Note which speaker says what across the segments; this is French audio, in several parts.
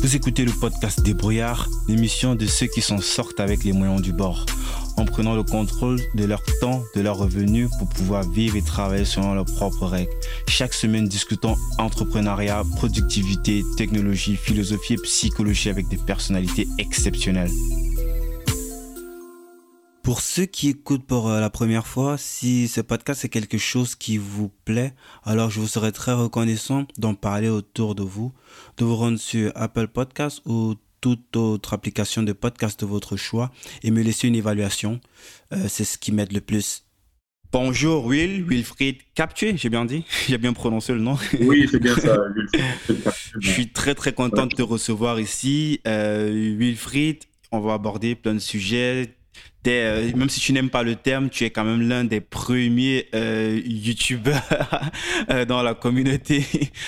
Speaker 1: Vous écoutez le podcast Débrouillard, l'émission de ceux qui s'en sortent avec les moyens du bord, en prenant le contrôle de leur temps, de leurs revenus pour pouvoir vivre et travailler selon leurs propres règles. Chaque semaine, discutons entrepreneuriat, productivité, technologie, philosophie et psychologie avec des personnalités exceptionnelles. Pour ceux qui écoutent pour la première fois, si ce podcast est quelque chose qui vous plaît, alors je vous serais très reconnaissant d'en parler autour de vous rendre sur Apple Podcasts ou toute autre application de podcast de votre choix et me laisser une évaluation. C'est ce qui m'aide le plus. Bonjour Wilfried Captué, j'ai bien dit, j'ai bien prononcé le nom.
Speaker 2: Oui, c'est bien ça, Wilfried.
Speaker 1: Je suis très content de te recevoir ici. Wilfried, on va aborder plein de sujets. Même si tu n'aimes pas le terme, tu es quand même l'un des premiers youtubeurs dans la communauté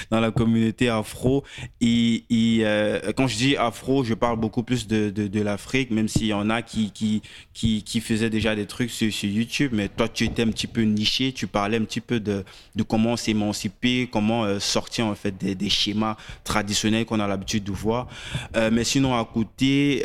Speaker 1: afro. Et quand je dis afro, je parle beaucoup plus de l'Afrique, même s'il y en a qui faisaient déjà des trucs sur YouTube. Mais toi, tu étais un petit peu niché, tu parlais un petit peu de comment s'émanciper, comment sortir en fait des schémas traditionnels qu'on a l'habitude de voir. Mais sinon, à côté,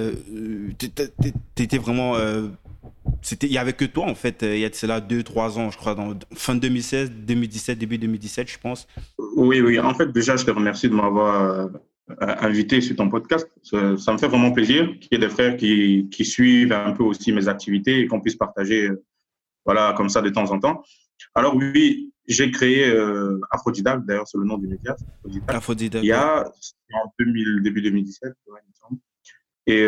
Speaker 1: t'étais vraiment... il y avait que toi en fait, il y a de cela 2-3 ans je crois, fin 2016, 2017, début 2017 je pense.
Speaker 2: Oui, en fait déjà je te remercie de m'avoir invité sur ton podcast. Ça me fait vraiment plaisir qu'il y ait des frères qui suivent un peu aussi mes activités et qu'on puisse partager voilà, comme ça de temps en temps. Alors oui, j'ai créé Aphrodidacte, d'ailleurs c'est le nom du média,
Speaker 1: Aphrodidacte.
Speaker 2: Il y a début 2017, ouais, il me semble. Et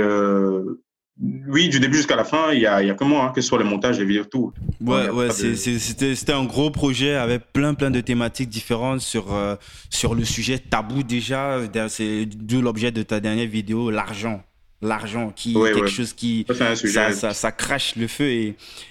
Speaker 2: oui, du début jusqu'à la fin, il y a que moi, que ce soit le montage, les vidéos, tout.
Speaker 1: Ouais, c'était un gros projet avec plein de thématiques différentes sur le sujet tabou déjà. C'est d'où l'objet de ta dernière vidéo, l'argent qui est quelque chose qui ça crache le feu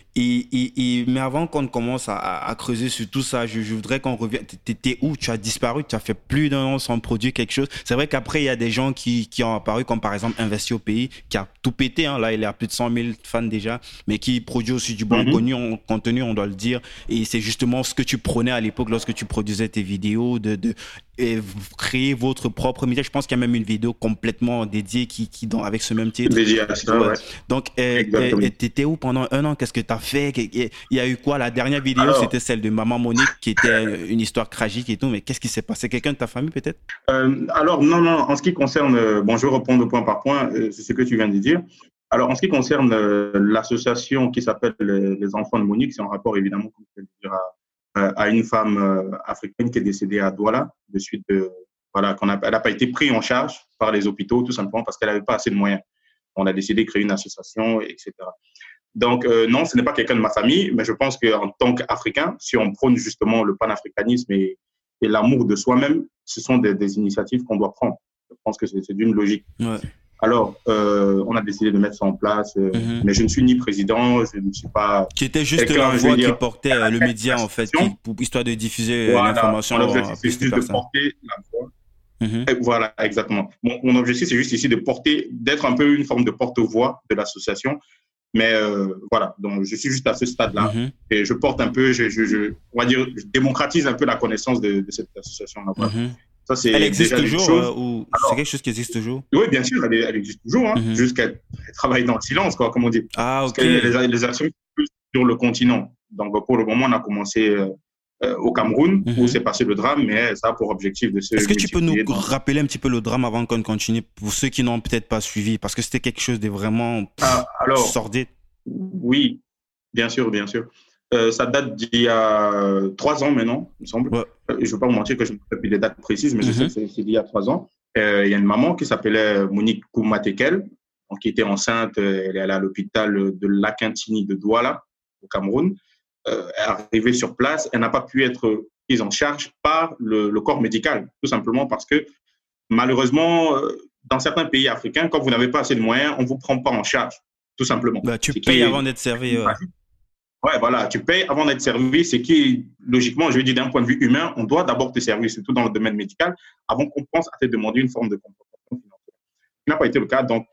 Speaker 1: mais avant qu'on commence à creuser sur tout ça, je voudrais qu'on revienne. T'étais où? Tu as disparu, tu as fait plus d'un an sans produire quelque chose. C'est vrai qu'après, il y a des gens qui ont apparu, comme par exemple Investi au pays, qui a tout pété. Là, il est à plus de 100 000 fans déjà, mais qui produit aussi du bon contenu, on doit le dire. Et c'est justement ce que tu prenais à l'époque lorsque tu produisais tes vidéos, et créer votre propre média. Je pense qu'il y a même une vidéo complètement dédiée avec ce même titre.
Speaker 2: Dédiée à ça, ouais.
Speaker 1: Donc, t'étais où pendant un an? Qu'est-ce que t'as fait? Il y a eu quoi? La dernière vidéo, c'était celle de Maman Monique, qui était une histoire tragique et tout. Mais qu'est-ce qui s'est passé? Quelqu'un de ta famille, peut-être?
Speaker 2: Alors, non. En ce qui concerne... je vais répondre point par point. C'est ce que tu viens de dire. Alors, en ce qui concerne l'association qui s'appelle les Enfants de Monique, c'est en rapport, évidemment, comme je le dire, à une femme africaine qui est décédée à Douala, de suite elle n'a pas été prise en charge par les hôpitaux, tout simplement parce qu'elle n'avait pas assez de moyens. On a décidé de créer une association, etc. Donc, non, ce n'est pas quelqu'un de ma famille, mais je pense qu'en tant qu'Africain, si on prône justement le panafricanisme et l'amour de soi-même, ce sont des initiatives qu'on doit prendre. Je pense que c'est d'une logique.
Speaker 1: Ouais.
Speaker 2: Alors, on a décidé de mettre ça en place, mais je ne suis ni président, je ne suis pas...
Speaker 1: Qui était juste la voix qui portait le média, en fait, histoire de diffuser l'information.
Speaker 2: L'objectif, c'est juste de porter la voix. Voilà, exactement. Mon objectif, c'est juste ici d'être un peu une forme de porte-voix de l'association. Mais voilà, donc je suis juste à ce stade-là. Et je porte un peu, on va dire, je démocratise un peu la connaissance de cette association-là. Ça,
Speaker 1: elle existe toujours ou c'est quelque chose qui existe toujours?
Speaker 2: Oui, bien sûr, elle existe toujours, juste qu'elle travaille dans le silence, quoi, comme on dit.
Speaker 1: Ah, ok.
Speaker 2: Parce que les actions plus sur le continent. Donc, pour le moment, on a commencé au Cameroun, où s'est passé le drame, mais ça a pour objectif de se...
Speaker 1: Est-ce que tu peux nous rappeler un petit peu le drame avant qu'on continue, pour ceux qui n'ont peut-être pas suivi, parce que c'était quelque chose de vraiment sordide.
Speaker 2: Oui, bien sûr. Ça date d'il y a 3 ans maintenant, il me semble. Ouais. Je ne veux pas vous mentir que je ne sais plus les dates précises, mais je sais que c'est d'il y a 3 ans. Il y a une maman qui s'appelait Monique Koumatekel, qui était enceinte. Elle est allée à l'hôpital de Lakintini de Douala, au Cameroun. Elle est arrivée sur place. Elle n'a pas pu être prise en charge par le corps médical, tout simplement parce que, malheureusement, dans certains pays africains, quand vous n'avez pas assez de moyens, on ne vous prend pas en charge, tout simplement.
Speaker 1: Tu payes avant d'être servi.
Speaker 2: Ouais, voilà, tu payes avant d'être servi, ce qui, logiquement, je veux dire, d'un point de vue humain, on doit d'abord te servir, surtout dans le domaine médical, avant qu'on pense à te demander une forme de compensation financière. Ce qui n'a pas été le cas. Donc,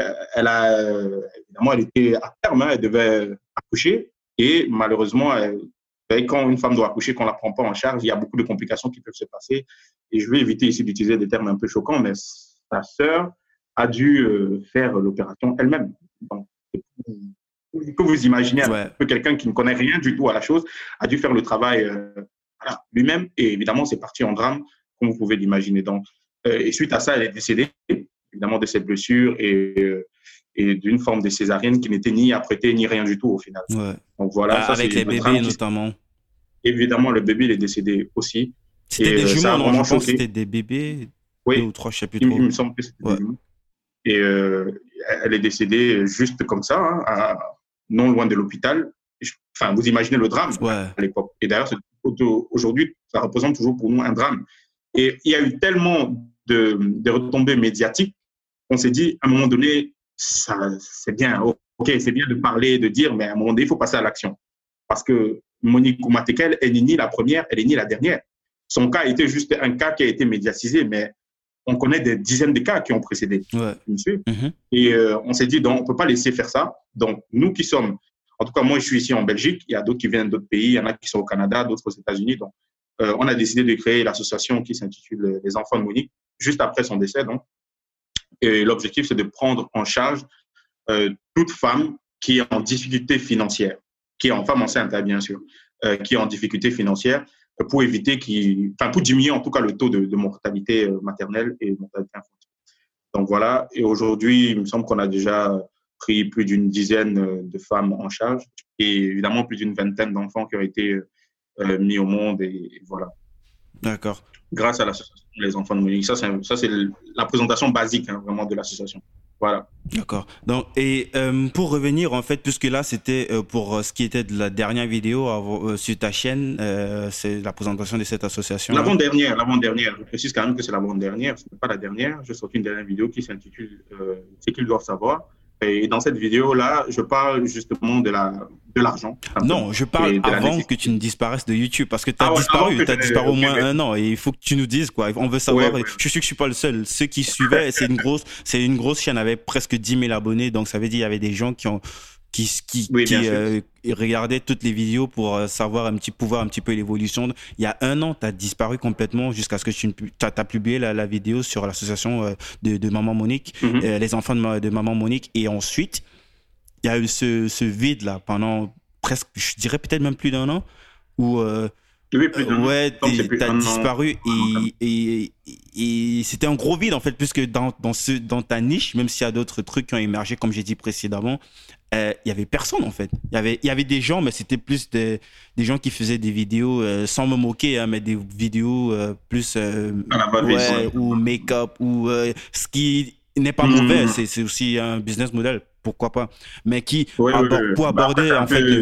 Speaker 2: évidemment, elle était à terme, elle devait accoucher, et malheureusement, quand une femme doit accoucher, qu'on ne la prend pas en charge, il y a beaucoup de complications qui peuvent se passer. Et je vais éviter ici d'utiliser des termes un peu choquants, mais sa sœur a dû faire l'opération elle-même. Donc, que vous imaginez que quelqu'un qui ne connaît rien du tout à la chose a dû faire le travail lui-même. Et évidemment, c'est parti en drame, comme vous pouvez l'imaginer. Donc, et suite à ça, elle est décédée, évidemment, de cette blessure et d'une forme de césarienne qui n'était ni apprêtée ni rien du tout au final.
Speaker 1: Ouais.
Speaker 2: Donc voilà, ça,
Speaker 1: avec les bébés notamment.
Speaker 2: Évidemment, le bébé il est décédé aussi.
Speaker 1: C'était des jumeaux, non? Je pense que c'était des bébés.
Speaker 2: Oui.
Speaker 1: 2 ou 3, je ne sais plus trop.
Speaker 2: Il me semble que c'était des jumeaux. Et elle est décédée juste comme ça, non loin de l'hôpital. Enfin, vous imaginez le drame à l'époque. Et d'ailleurs, aujourd'hui, ça représente toujours pour nous un drame. Et il y a eu tellement de retombées médiatiques qu'on s'est dit, à un moment donné, c'est bien, ok, c'est bien de parler, de dire, mais à un moment donné, il faut passer à l'action. Parce que Monique Oumatekel, elle n'est ni la première, elle n'est ni la dernière. Son cas était juste un cas qui a été médiatisé, mais on connaît des dizaines de cas qui ont précédé. Monsieur. Et on s'est dit, donc, on ne peut pas laisser faire ça. Donc, nous qui sommes, en tout cas, moi, je suis ici en Belgique, il y a d'autres qui viennent d'autres pays, il y en a qui sont au Canada, d'autres aux États-Unis. Donc, on a décidé de créer l'association qui s'intitule Les Enfants de Monique, juste après son décès. Donc. Et l'objectif, c'est de prendre en charge toute femme qui est en difficulté financière, qui est en femme enceinte, bien sûr, qui est en difficulté financière, pour éviter pour diminuer en tout cas le taux de mortalité maternelle et mortalité infantile. Donc voilà, et aujourd'hui, il me semble qu'on a déjà pris plus d'une dizaine de femmes en charge et évidemment plus d'une vingtaine d'enfants qui ont été mis au monde et voilà.
Speaker 1: D'accord.
Speaker 2: Grâce à l'association Les Enfants de Monique. Ça, c'est la présentation basique vraiment de l'association. Voilà.
Speaker 1: D'accord. Donc, et pour revenir, en fait, puisque là, c'était pour ce qui était de la dernière vidéo sur ta chaîne, c'est la présentation de cette association.
Speaker 2: L'avant-dernière. Je précise quand même que c'est l'avant-dernière, ce n'est pas la dernière. J'ai sorti une dernière vidéo qui s'intitule Ce qu'ils doivent savoir. Et dans cette vidéo-là, je parle justement de l'argent.
Speaker 1: Non, je parle avant que tu ne disparaisses de YouTube, parce que tu as disparu. Tu as disparu au moins un an et il faut que tu nous dises, quoi. On veut savoir. Ouais. Je suis sûr que je ne suis pas le seul. Ceux qui suivaient, c'est une grosse chaîne avec presque 10 000 abonnés. Donc, ça veut dire qu'il y avait des gens qui regardaient toutes les vidéos pour voir un petit peu l'évolution. Il y a un an, tu as disparu complètement jusqu'à ce que tu as publié la vidéo sur l'association de Maman Monique, les enfants de Maman Monique. Et ensuite, il y a eu ce vide-là pendant presque, je dirais peut-être même plus d'un an, où tu as disparu et c'était un gros vide en fait, puisque dans ta niche, même s'il y a d'autres trucs qui ont émergé, comme j'ai dit précédemment, il y avait personne en fait. Il y avait des gens, mais c'était plus des gens qui faisaient des vidéos sans me moquer, mais des vidéos plus ou make-up ou ce qui n'est pas mauvais. C'est aussi un business model, pourquoi pas, mais pour aborder en fait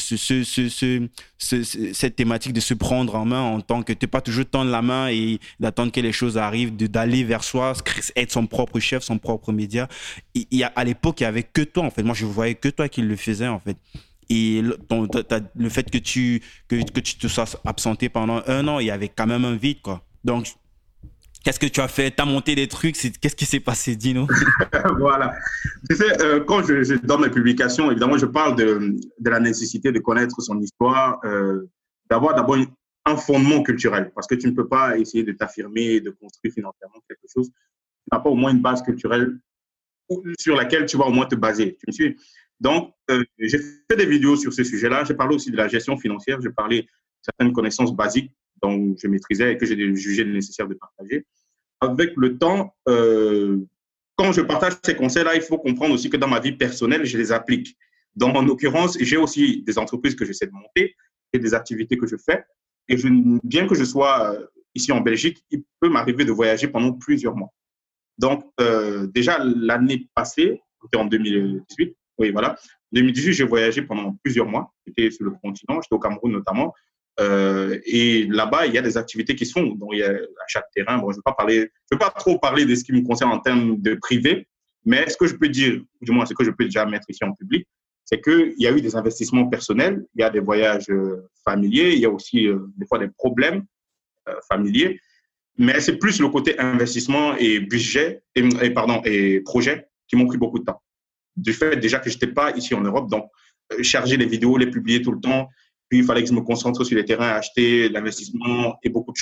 Speaker 1: cette thématique de se prendre en main en tant que t'es pas toujours tendre la main et d'attendre que les choses arrivent, d'aller vers soi, être son propre chef, son propre média. À l'époque, il y avait que toi en fait. Moi, je voyais que toi qui le faisais en fait. Et le fait que tu te sois absenté pendant un an, il y avait quand même un vide, quoi. Donc, qu'est-ce que tu as fait? Tu as monté des trucs? Qu'est-ce qui s'est passé? Dis-nous.
Speaker 2: Voilà. Tu sais, quand je donne mes publications, évidemment, je parle de la nécessité de connaître son histoire, d'avoir d'abord un fondement culturel, parce que tu ne peux pas essayer de t'affirmer et de construire financièrement quelque chose. Tu n'as pas au moins une base culturelle sur laquelle tu vas au moins te baser. Tu me suis? Donc, j'ai fait des vidéos sur ce sujet-là. J'ai parlé aussi de la gestion financière. J'ai parlé de certaines connaissances basiques dont je maîtrisais et que j'ai jugé nécessaire de partager. Avec le temps, quand je partage ces conseils-là, il faut comprendre aussi que dans ma vie personnelle, je les applique. Donc, en l'occurrence, j'ai aussi des entreprises que j'essaie de monter et des activités que je fais. Et bien que je sois ici en Belgique, il peut m'arriver de voyager pendant plusieurs mois. Donc, déjà, l'année passée, c'était en 2018, oui, voilà. En 2018, j'ai voyagé pendant plusieurs mois. J'étais sur le continent, j'étais au Cameroun notamment. Et là-bas, il y a des activités qui se font. Donc, il y a à chaque terrain. Bon, je ne veux pas trop parler de ce qui me concerne en termes de privé, mais ce que je peux dire, du moins ce que je peux déjà mettre ici en public, c'est qu'il y a eu des investissements personnels, il y a des voyages familiers, il y a aussi des fois des problèmes familiers, mais c'est plus le côté investissement et budget et projet qui m'ont pris beaucoup de temps. Du fait déjà que je n'étais pas ici en Europe, donc charger les vidéos, les publier tout le temps. Puis, il fallait que je me concentre sur les terrains, acheter, l'investissement et beaucoup de choses.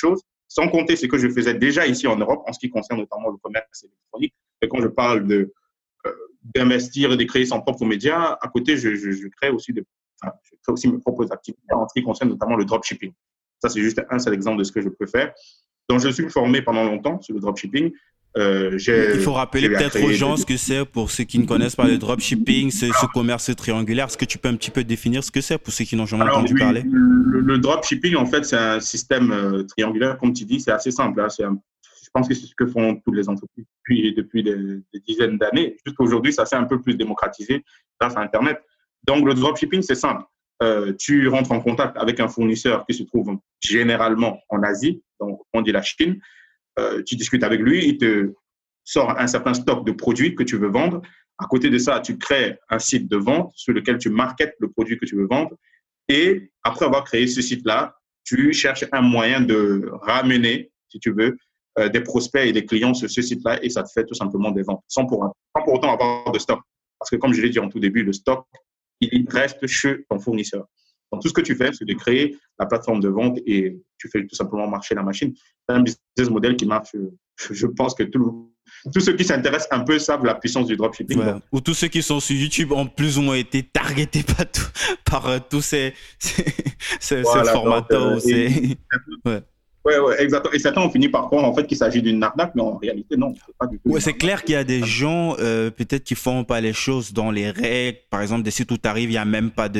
Speaker 2: Sans compter ce que je faisais déjà ici en Europe, en ce qui concerne notamment le commerce électronique. Et quand je parle d'investir et de créer son propre média, à côté, je crée aussi je crée aussi mes propres activités en ce qui concerne notamment le dropshipping. Ça, c'est juste un seul exemple de ce que je peux faire. Donc, je suis formé pendant longtemps sur le dropshipping.
Speaker 1: Il faut rappeler peut-être aux gens ce que c'est pour ceux qui ne connaissent pas le dropshipping, ce commerce triangulaire. Est-ce que tu peux un petit peu définir ce que c'est pour ceux qui n'ont jamais entendu parler?
Speaker 2: Le dropshipping, en fait, c'est un système triangulaire, comme tu dis, c'est assez simple. Hein. Je pense que c'est ce que font toutes les entreprises depuis des dizaines d'années. Jusqu'à aujourd'hui, ça s'est un peu plus démocratisé grâce à Internet. Donc, le dropshipping, c'est simple. Tu rentres en contact avec un fournisseur qui se trouve généralement en Asie, donc on dit la Chine. Tu discutes avec lui, il te sort un certain stock de produits que tu veux vendre. À côté de ça, tu crées un site de vente sur lequel tu marketes le produit que tu veux vendre. Et après avoir créé ce site-là, tu cherches un moyen de ramener, si tu veux, des prospects et des clients sur ce site-là et ça te fait tout simplement des ventes sans pour autant avoir de stock. Parce que comme je l'ai dit en tout début, le stock, il reste chez ton fournisseur. Donc, tout ce que tu fais, c'est de créer la plateforme de vente et tu fais tout simplement marcher la machine. C'est un business model qui marche. Je pense que tous ceux qui s'intéressent un peu savent la puissance du dropshipping.
Speaker 1: Ouais. Ou tous ceux qui sont sur YouTube ont plus ou moins été targetés par tous ces formateurs.
Speaker 2: Ouais, exactement. Et certains ont fini par croire en fait qu'il s'agit d'une arnaque, mais en réalité, non. C'est pas du tout.
Speaker 1: Ouais, c'est clair qu'il y a des gens, peut-être qui font pas les choses dans les règles. Par exemple, des sites où tu arrives, il y a même pas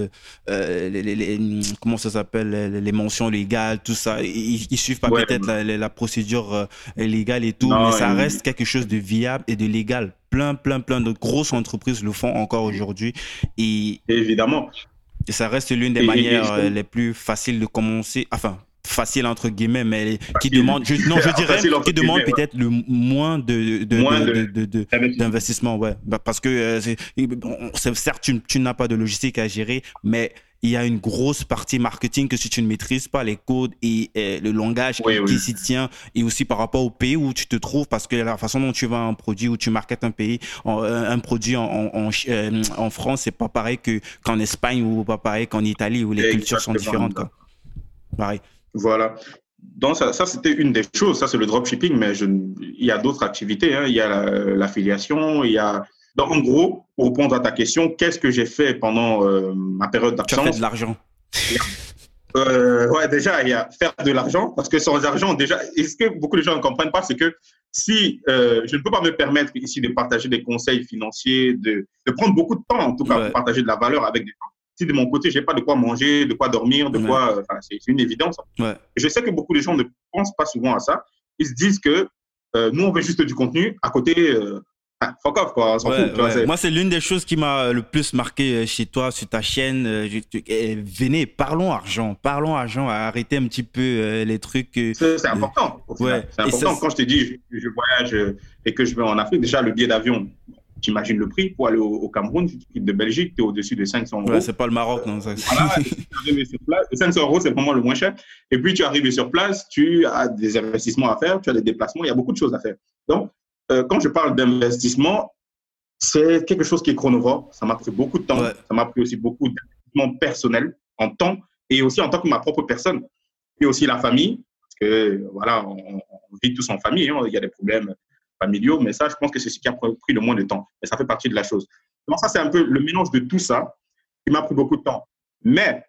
Speaker 1: comment ça s'appelle, les mentions légales, tout ça. Ils suivent pas peut-être la procédure légale et tout, mais ça reste quelque chose de viable et de légal. Plein de grosses entreprises le font encore aujourd'hui. Et
Speaker 2: évidemment.
Speaker 1: Et ça reste l'une des manières les plus faciles de commencer. Enfin, facile entre guillemets, mais qui demande, qui demande peut-être le moins d'investissement, ouais. Parce que certes, tu n'as pas de logistique à gérer, mais il y a une grosse partie marketing que si tu ne maîtrises pas les codes et le langage qui s'y tient, et aussi par rapport au pays où tu te trouves, parce que la façon dont tu vends un produit, où tu marketes un produit en France, c'est pas pareil qu'en Espagne ou pas pareil qu'en Italie où les cultures sont différentes, quoi. Pareil.
Speaker 2: Voilà. Donc, ça c'était une des choses. Ça, c'est le dropshipping, mais il y a d'autres activités. Hein. Il y a l'affiliation, il y a... Donc, en gros, pour répondre à ta question, qu'est-ce que j'ai fait pendant ma période d'absence?
Speaker 1: Tu as fait de l'argent.
Speaker 2: Ouais, déjà, il y a faire de l'argent, parce que sans argent, déjà, et ce que beaucoup de gens ne comprennent pas, c'est que si je ne peux pas me permettre ici de partager des conseils financiers, de prendre beaucoup de temps, en tout cas, pour partager de la valeur avec des gens, si de mon côté, je n'ai pas de quoi manger, de quoi dormir, c'est une évidence. Ouais. Et je sais que beaucoup de gens ne pensent pas souvent à ça. Ils se disent que nous, on veut juste du contenu. À côté, fuck off, quoi. On s'en fout.
Speaker 1: Moi, c'est l'une des choses qui m'a le plus marqué chez toi, sur ta chaîne. Venez, parlons argent, arrêtez un petit peu les trucs.
Speaker 2: C'est important. C'est important. Quand je te dis je voyage et que je vais en Afrique, déjà, le billet d'avion, t'imagines le prix pour aller au Cameroun, si tu quittes de Belgique, tu es au-dessus de 500 €.
Speaker 1: Ouais, c'est pas le Maroc, non. Ça.
Speaker 2: Voilà, sur place, 500 €, c'est vraiment le moins cher. Et puis, tu arrives sur place, tu as des investissements à faire, tu as des déplacements, il y a beaucoup de choses à faire. Donc, quand je parle d'investissement, c'est quelque chose qui est chronovore. Ça m'a pris beaucoup de temps. Ouais. Ça m'a pris aussi beaucoup d'investissement personnel en temps et aussi en tant que ma propre personne. Puis aussi la famille, parce que voilà, on vit tous en famille, hein, il y a des problèmes familiaux, mais ça, je pense que c'est ce qui a pris le moins de temps. Mais ça fait partie de la chose. Donc ça, c'est un peu le mélange de tout ça qui m'a pris beaucoup de temps. Mais,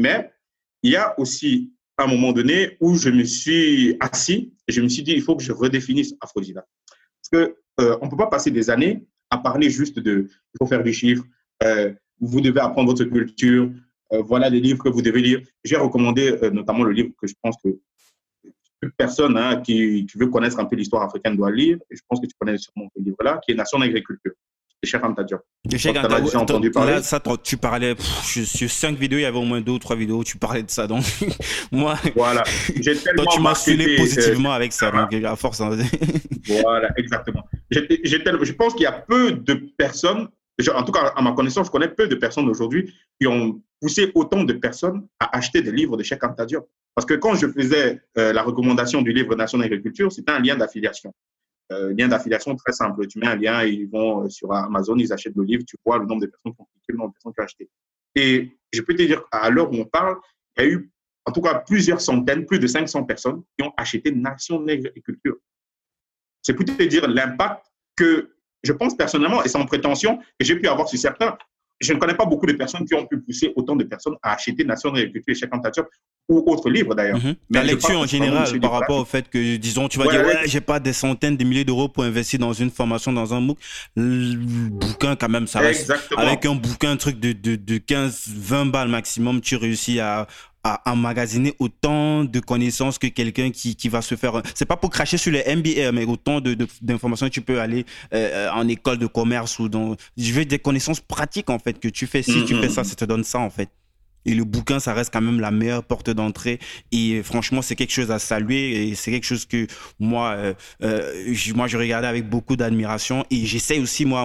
Speaker 2: il y a aussi un moment donné où je me suis assis et je me suis dit, il faut que je redéfinisse Afrodita. Parce qu'on ne peut pas passer des années à parler juste il faut faire du chiffre, vous devez apprendre votre culture, voilà les livres que vous devez lire. J'ai recommandé notamment le livre que je pense que toute personne qui veut connaître un peu l'histoire africaine doit lire, et je pense que tu connais sûrement ce livre-là, qui est Nation d'agriculture, de Cheikh Anta Diop.
Speaker 1: Tu as déjà entendu parler? Là, ça, tu parlais, sur 5 vidéos, il y avait au moins 2 ou 3 vidéos où tu parlais de ça. Donc, moi,
Speaker 2: voilà.
Speaker 1: Toi, tu m'as scellé positivement avec ça, donc à force.
Speaker 2: Voilà, exactement. Je pense qu'il y a peu de personnes, en tout cas à ma connaissance, je connais peu de personnes aujourd'hui qui ont poussé autant de personnes à acheter des livres de Cheikh Anta Diop. Parce que quand je faisais la recommandation du livre Nation d'agriculture, c'était un lien d'affiliation. Lien d'affiliation très simple. Tu mets un lien, ils vont sur Amazon, ils achètent le livre, tu vois le nombre de personnes qui ont cliqué, le nombre de personnes qui ont acheté. Et je peux te dire, à l'heure où on parle, il y a eu en tout cas plusieurs centaines, plus de 500 personnes qui ont acheté Nation Nègre et Culture. C'est pour te dire l'impact que je pense personnellement, et sans prétention, que j'ai pu avoir sur certains. Je ne connais pas beaucoup de personnes qui ont pu pousser autant de personnes à acheter Nation Nègre et Culture et Cheikh Anta Diop ou autres livres d'ailleurs.
Speaker 1: La lecture en général, par rapport au fait que, disons, tu vas dire, j'ai pas des centaines de milliers d'euros pour investir dans une formation, dans un MOOC. Le bouquin, quand même, ça reste. Exactement. Avec un bouquin, un truc de 15, 20 balles maximum, tu réussis à emmagasiner autant de connaissances que quelqu'un qui va se faire. C'est pas pour cracher sur les MBA, mais autant d'informations que tu peux aller en école de commerce ou dans. Je veux des connaissances pratiques en fait que tu fais. Si tu fais ça, ça te donne ça en fait. Et le bouquin, ça reste quand même la meilleure porte d'entrée. Et franchement, c'est quelque chose à saluer. Et c'est quelque chose que moi, je regardais avec beaucoup d'admiration. Et j'essaie aussi, moi,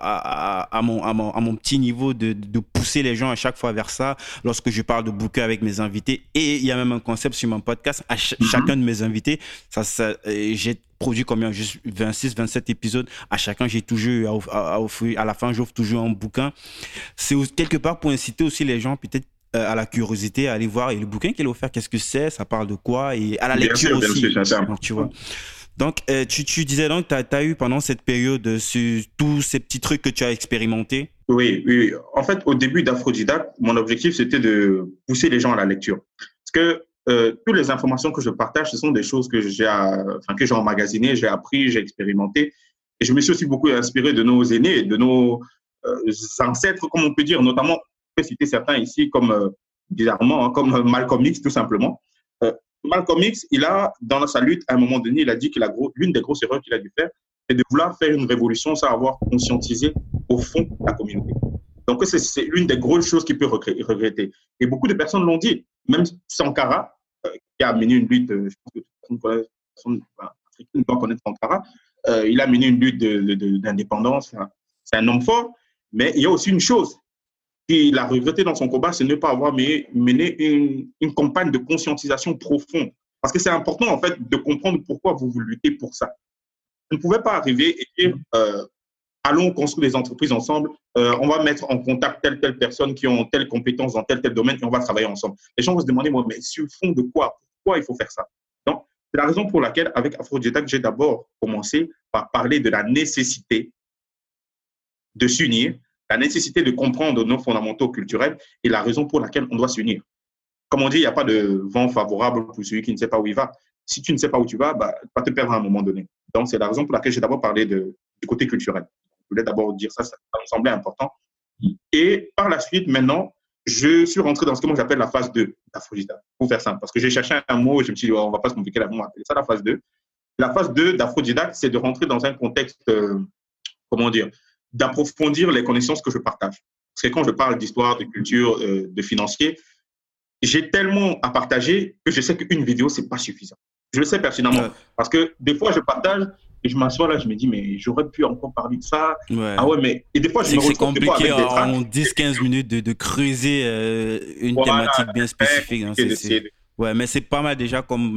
Speaker 1: à mon petit niveau, de pousser les gens à chaque fois vers ça. Lorsque je parle de bouquin avec mes invités. Et il y a même un concept sur mon podcast. À chacun de mes invités, j'ai produit combien? Juste 26, 27 épisodes. À chacun, j'ai toujours à offrir. À la fin, j'offre toujours un bouquin. C'est quelque part pour inciter aussi les gens, peut-être, à la curiosité, à aller voir. Et le bouquin qu'il a offert, qu'est-ce que c'est? Ça parle de quoi? Et à la lecture aussi. Bien sûr, donc, tu vois. Donc, tu disais donc, tu as eu pendant cette période tous ces petits trucs que tu as expérimentés.
Speaker 2: Oui. En fait, au début d'Aphrodidacte, mon objectif, c'était de pousser les gens à la lecture. Parce que toutes les informations que je partage, ce sont des choses que j'ai emmagasinées, j'ai appris, j'ai expérimenté. Et je me suis aussi beaucoup inspiré de nos aînés, de nos ancêtres, comme on peut dire, notamment, je peux citer certains ici, comme bizarrement, comme Malcolm X, tout simplement. Malcolm X, il a, dans sa lutte, à un moment donné, il a dit que l'une des grosses erreurs qu'il a dû faire, c'est de vouloir faire une révolution sans avoir conscientisé au fond la communauté. Donc, c'est l'une des grosses choses qu'il peut regretter. Et beaucoup de personnes l'ont dit. Même Sankara, qui a mené une lutte, je pense que toute personne africaine doit connaître Sankara, il a mené une lutte d'indépendance. C'est un homme fort, mais il y a aussi une chose qu'il a regretté dans son combat, c'est ne pas avoir mené une campagne de conscientisation profonde. Parce que c'est important, en fait, de comprendre pourquoi vous luttez pour ça. Vous ne pouvez pas arriver et dire allons construire des entreprises ensemble, on va mettre en contact telle personne qui ont telle compétence dans tel domaine et on va travailler ensemble. Les gens vont se demander, mais sur le fond de quoi? Pourquoi il faut faire ça? Donc, c'est la raison pour laquelle, avec Aphrodidacte, j'ai d'abord commencé par parler de la nécessité de s'unir, la nécessité de comprendre nos fondamentaux culturels et la raison pour laquelle on doit s'unir. Comme on dit, il n'y a pas de vent favorable pour celui qui ne sait pas où il va. Si tu ne sais pas où tu vas, tu vas te perdre à un moment donné. Donc, c'est la raison pour laquelle j'ai d'abord parlé du côté culturel. Je voulais d'abord dire ça me semblait important. Et par la suite, maintenant, je suis rentré dans ce que moi j'appelle la phase 2 d'Aphrodidacte, pour faire simple. Parce que j'ai cherché un mot, je me suis dit, on ne va pas se compliquer, on va appeler ça la phase 2. La phase 2 d'Aphrodidacte, c'est de rentrer dans un contexte, d'approfondir les connaissances que je partage. Parce que quand je parle d'histoire, de culture, de financier, j'ai tellement à partager que je sais qu'une vidéo, ce n'est pas suffisant. Je le sais pertinemment. Parce que des fois, je partage et je m'assois là, je me dis, mais j'aurais pu encore parler de ça.
Speaker 1: Ouais.
Speaker 2: Ah ouais, mais. Et des fois, je me retrouve
Speaker 1: des fois avec des tracks. En 10-15 minutes de creuser une thématique bien spécifique. Ouais, mais c'est pas mal déjà comme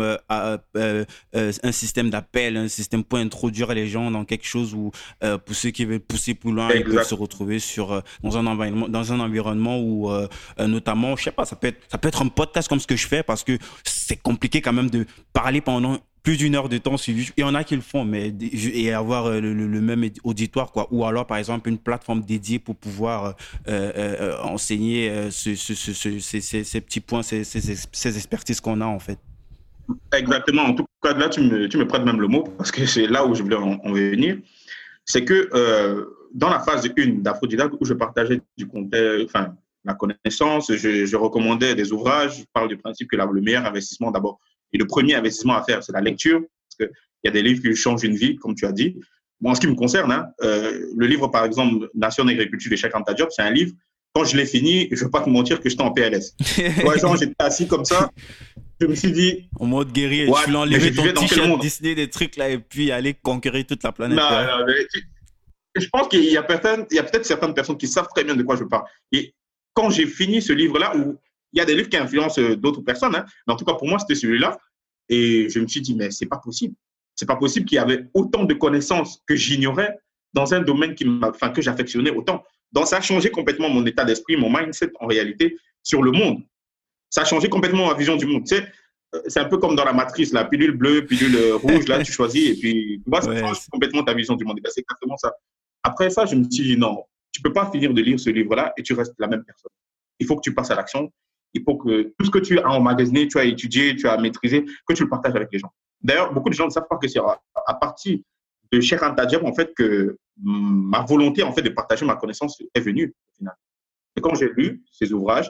Speaker 1: un système d'appel, un système pour introduire les gens dans quelque chose où pour ceux qui veulent pousser plus loin, ils peuvent se retrouver dans un environnement où notamment, je sais pas, ça peut être un podcast comme ce que je fais parce que c'est compliqué quand même de parler pendant plus d'une heure de temps sur YouTube. Il y en a qui le font, et avoir le même auditoire, quoi. Ou alors, par exemple, une plateforme dédiée pour pouvoir enseigner ces petits points, ces expertises qu'on a, en fait.
Speaker 2: Exactement. En tout cas, là, tu me prêtes même le mot, parce que c'est là où je voulais en venir. C'est que dans la phase 1 d'Aphrodidacte, où je partageais du contexte, la connaissance, je recommandais des ouvrages. Je parle du principe que le meilleur investissement, d'abord, et le premier investissement à faire, c'est la lecture, parce qu'il y a des livres qui changent une vie, comme tu as dit. Bon, en ce qui me concerne, le livre, par exemple, Nation Nègre et Culture de Cheikh Anta Diop, c'est un livre, quand je l'ai fini, je ne vais pas te mentir que j'étais en PLS. Ouais, genre, j'étais assis comme ça, je me suis dit…
Speaker 1: En mode guerrier, tu voulais enlever ton t-shirt Disney, des trucs là, et puis aller conquérir toute la planète.
Speaker 2: Non, mais je pense qu'il y a peut-être certaines personnes qui savent très bien de quoi je parle. Et quand j'ai fini ce livre-là, où il y a des livres qui influencent d'autres personnes, mais en tout cas, pour moi, c'était celui-là. Et je me suis dit, mais c'est pas possible. C'est pas possible qu'il y avait autant de connaissances que j'ignorais dans un domaine que j'affectionnais autant. Donc, ça a changé complètement mon état d'esprit, mon mindset, en réalité, sur le monde. Ça a changé complètement ma vision du monde. Tu sais, c'est un peu comme dans la matrice, la pilule bleue, pilule rouge, là, tu choisis et puis, tu vois, ça change complètement ta vision du monde. Et ben, c'est exactement ça. Après ça, je me suis dit, non, tu peux pas finir de lire ce livre-là et tu restes la même personne. Il faut que tu passes à l'action. Il faut que tout ce que tu as emmagasiné, tu as étudié, tu as maîtrisé, que tu le partages avec les gens. D'ailleurs, beaucoup de gens ne savent pas que c'est à partir de Cheikh Anta Diop, en fait, que ma volonté, en fait, de partager ma connaissance est venue, au final. Et quand j'ai lu ces ouvrages,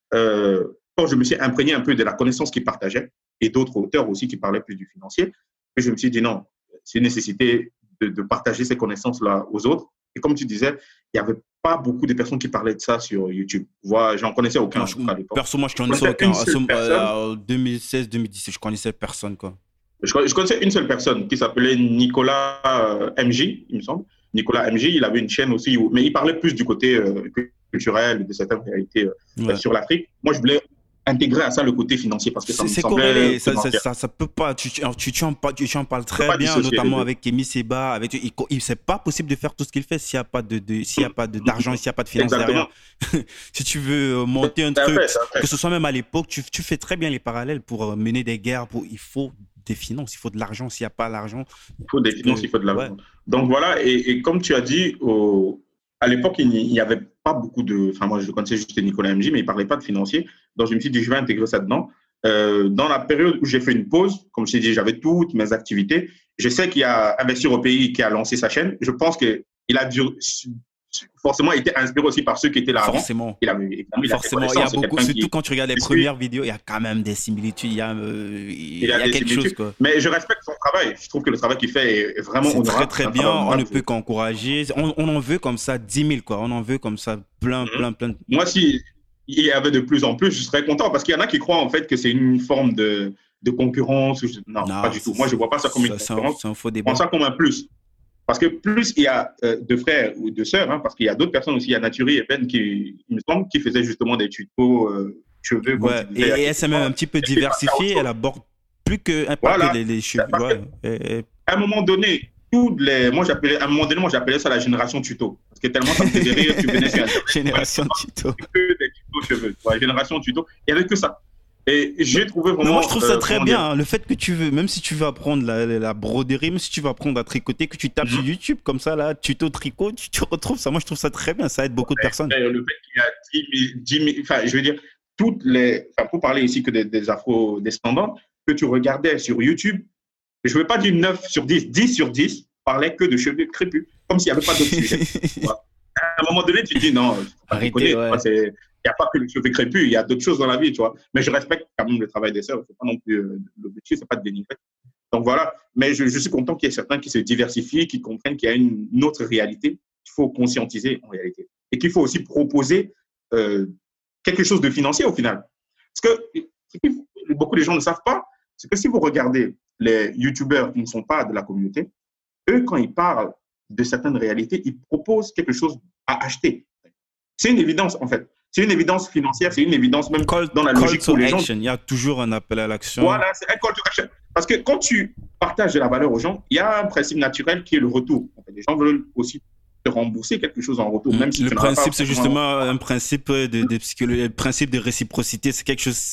Speaker 2: quand je me suis imprégné un peu de la connaissance qu'il partageait et d'autres auteurs aussi qui parlaient plus du financier, je me suis dit non, c'est une nécessité de partager ces connaissances-là aux autres. Et comme tu disais, il n'y avait pas beaucoup de personnes qui parlaient de ça sur YouTube. J'en connaissais aucun à l'époque.
Speaker 1: Perso, moi, je connaissais aucun. En 2016-2017, je connaissais personne, quoi.
Speaker 2: Je connaissais une seule personne qui s'appelait Nicolas MJ, il me semble. Nicolas MJ, il avait une chaîne aussi, mais il parlait plus du côté culturel, de certaines réalités sur l'Afrique. Moi, je voulais intégrer à ça le côté financier parce que ça me semblait...
Speaker 1: Ça peut pas, tu en parles très bien, notamment avec Kémy Seba. C'est pas possible de faire tout ce qu'il fait s'il n'y a pas d'argent, s'il n'y a pas de finance derrière. Si tu veux monter un truc, que ce soit même à l'époque, tu fais très bien les parallèles pour mener des guerres, il faut des finances, il faut de l'argent. S'il n'y a pas l'argent...
Speaker 2: Il faut des finances, il faut de l'argent. Ouais. Donc voilà, et comme tu as dit, à l'époque, il n'y avait pas beaucoup de... Enfin, moi, je connaissais juste Nicolas MJ, mais il ne parlait pas de financier. Donc, je me suis dit, je vais intégrer ça dedans. Dans la période où j'ai fait une pause, comme je t'ai dit, j'avais toutes mes activités. Je sais qu'il y a Investir au pays qui a lancé sa chaîne. Je pense qu'il a forcément été inspiré aussi par ceux qui étaient là avant.
Speaker 1: Forcément. Il y a beaucoup, surtout quand tu regardes les premières vidéos, il y a quand même des similitudes. Il y a quelque chose, quoi.
Speaker 2: Mais je respecte son travail. Je trouve que le travail qu'il fait est vraiment honorable.
Speaker 1: C'est très bien. On ne peut qu'encourager. On en veut comme ça 10 000, quoi. On en veut comme ça plein.
Speaker 2: Moi, si il y avait de plus en plus, je serais content parce qu'il y en a qui croient en fait que c'est une forme de concurrence. Non, pas du tout. Moi, je ne vois pas ça comme une concurrence.
Speaker 1: C'est un faux débat.
Speaker 2: Je vois ça comme un plus. Parce que plus il y a de frères ou de sœurs, parce qu'il y a d'autres personnes aussi, il y a Naturi et Ben qui, il me semble, qui faisaient justement des tutos cheveux.
Speaker 1: Ouais, et elle s'est même un petit peu diversifiée, elle aborde plus que les cheveux.
Speaker 2: À un moment donné, moi j'appelais ça la génération tuto. Parce que tellement ça me faisait rire, tu venais sur Internet.
Speaker 1: Génération tuto.
Speaker 2: Que des tutos cheveux. Génération tuto. Il n'y avait que ça. Et j'ai trouvé vraiment...
Speaker 1: Moi, je trouve ça très bien. Le fait que tu veux, même si tu veux apprendre la broderie, même si tu veux apprendre à tricoter, que tu tapes sur YouTube, comme ça, là, tuto tricot, tu retrouves ça. Moi, je trouve ça très bien. Ça aide beaucoup de personnes.
Speaker 2: Le fait qu'il y a 10 000, enfin, je veux dire, pour parler ici que des afro-descendants, que tu regardais sur YouTube, je ne veux pas dire 9 sur 10, 10 sur 10 parlaient que de cheveux crépus, comme s'il n'y avait pas d'autres sujets. À un moment donné, tu te dis non, arrêtez, il n'y a pas que le cheveu crépus, il y a d'autres choses dans la vie, tu vois. Mais je respecte quand même le travail des sœurs. C'est pas non plus l'objectif, c'est pas de dénigrer. Donc voilà. Mais je suis content qu'il y ait certains qui se diversifient, qui comprennent qu'il y a une autre réalité qu'il faut conscientiser en réalité. Et qu'il faut aussi proposer quelque chose de financier au final. Parce que beaucoup de gens ne savent pas, c'est que si vous regardez les youtubeurs qui ne sont pas de la communauté, eux, quand ils parlent de certaines réalités, ils proposent quelque chose à acheter. C'est une évidence, en fait. C'est une évidence financière, c'est une évidence même dans la logique pour les gens.
Speaker 1: Il y a toujours un appel à l'action.
Speaker 2: Voilà, c'est un call to action. Parce que quand tu partages de la valeur aux gens, il y a un principe naturel qui est le retour. En fait, les gens veulent aussi te rembourser quelque chose en retour. Même si
Speaker 1: le principe, c'est justement un principe le principe de réciprocité. C'est quelque chose...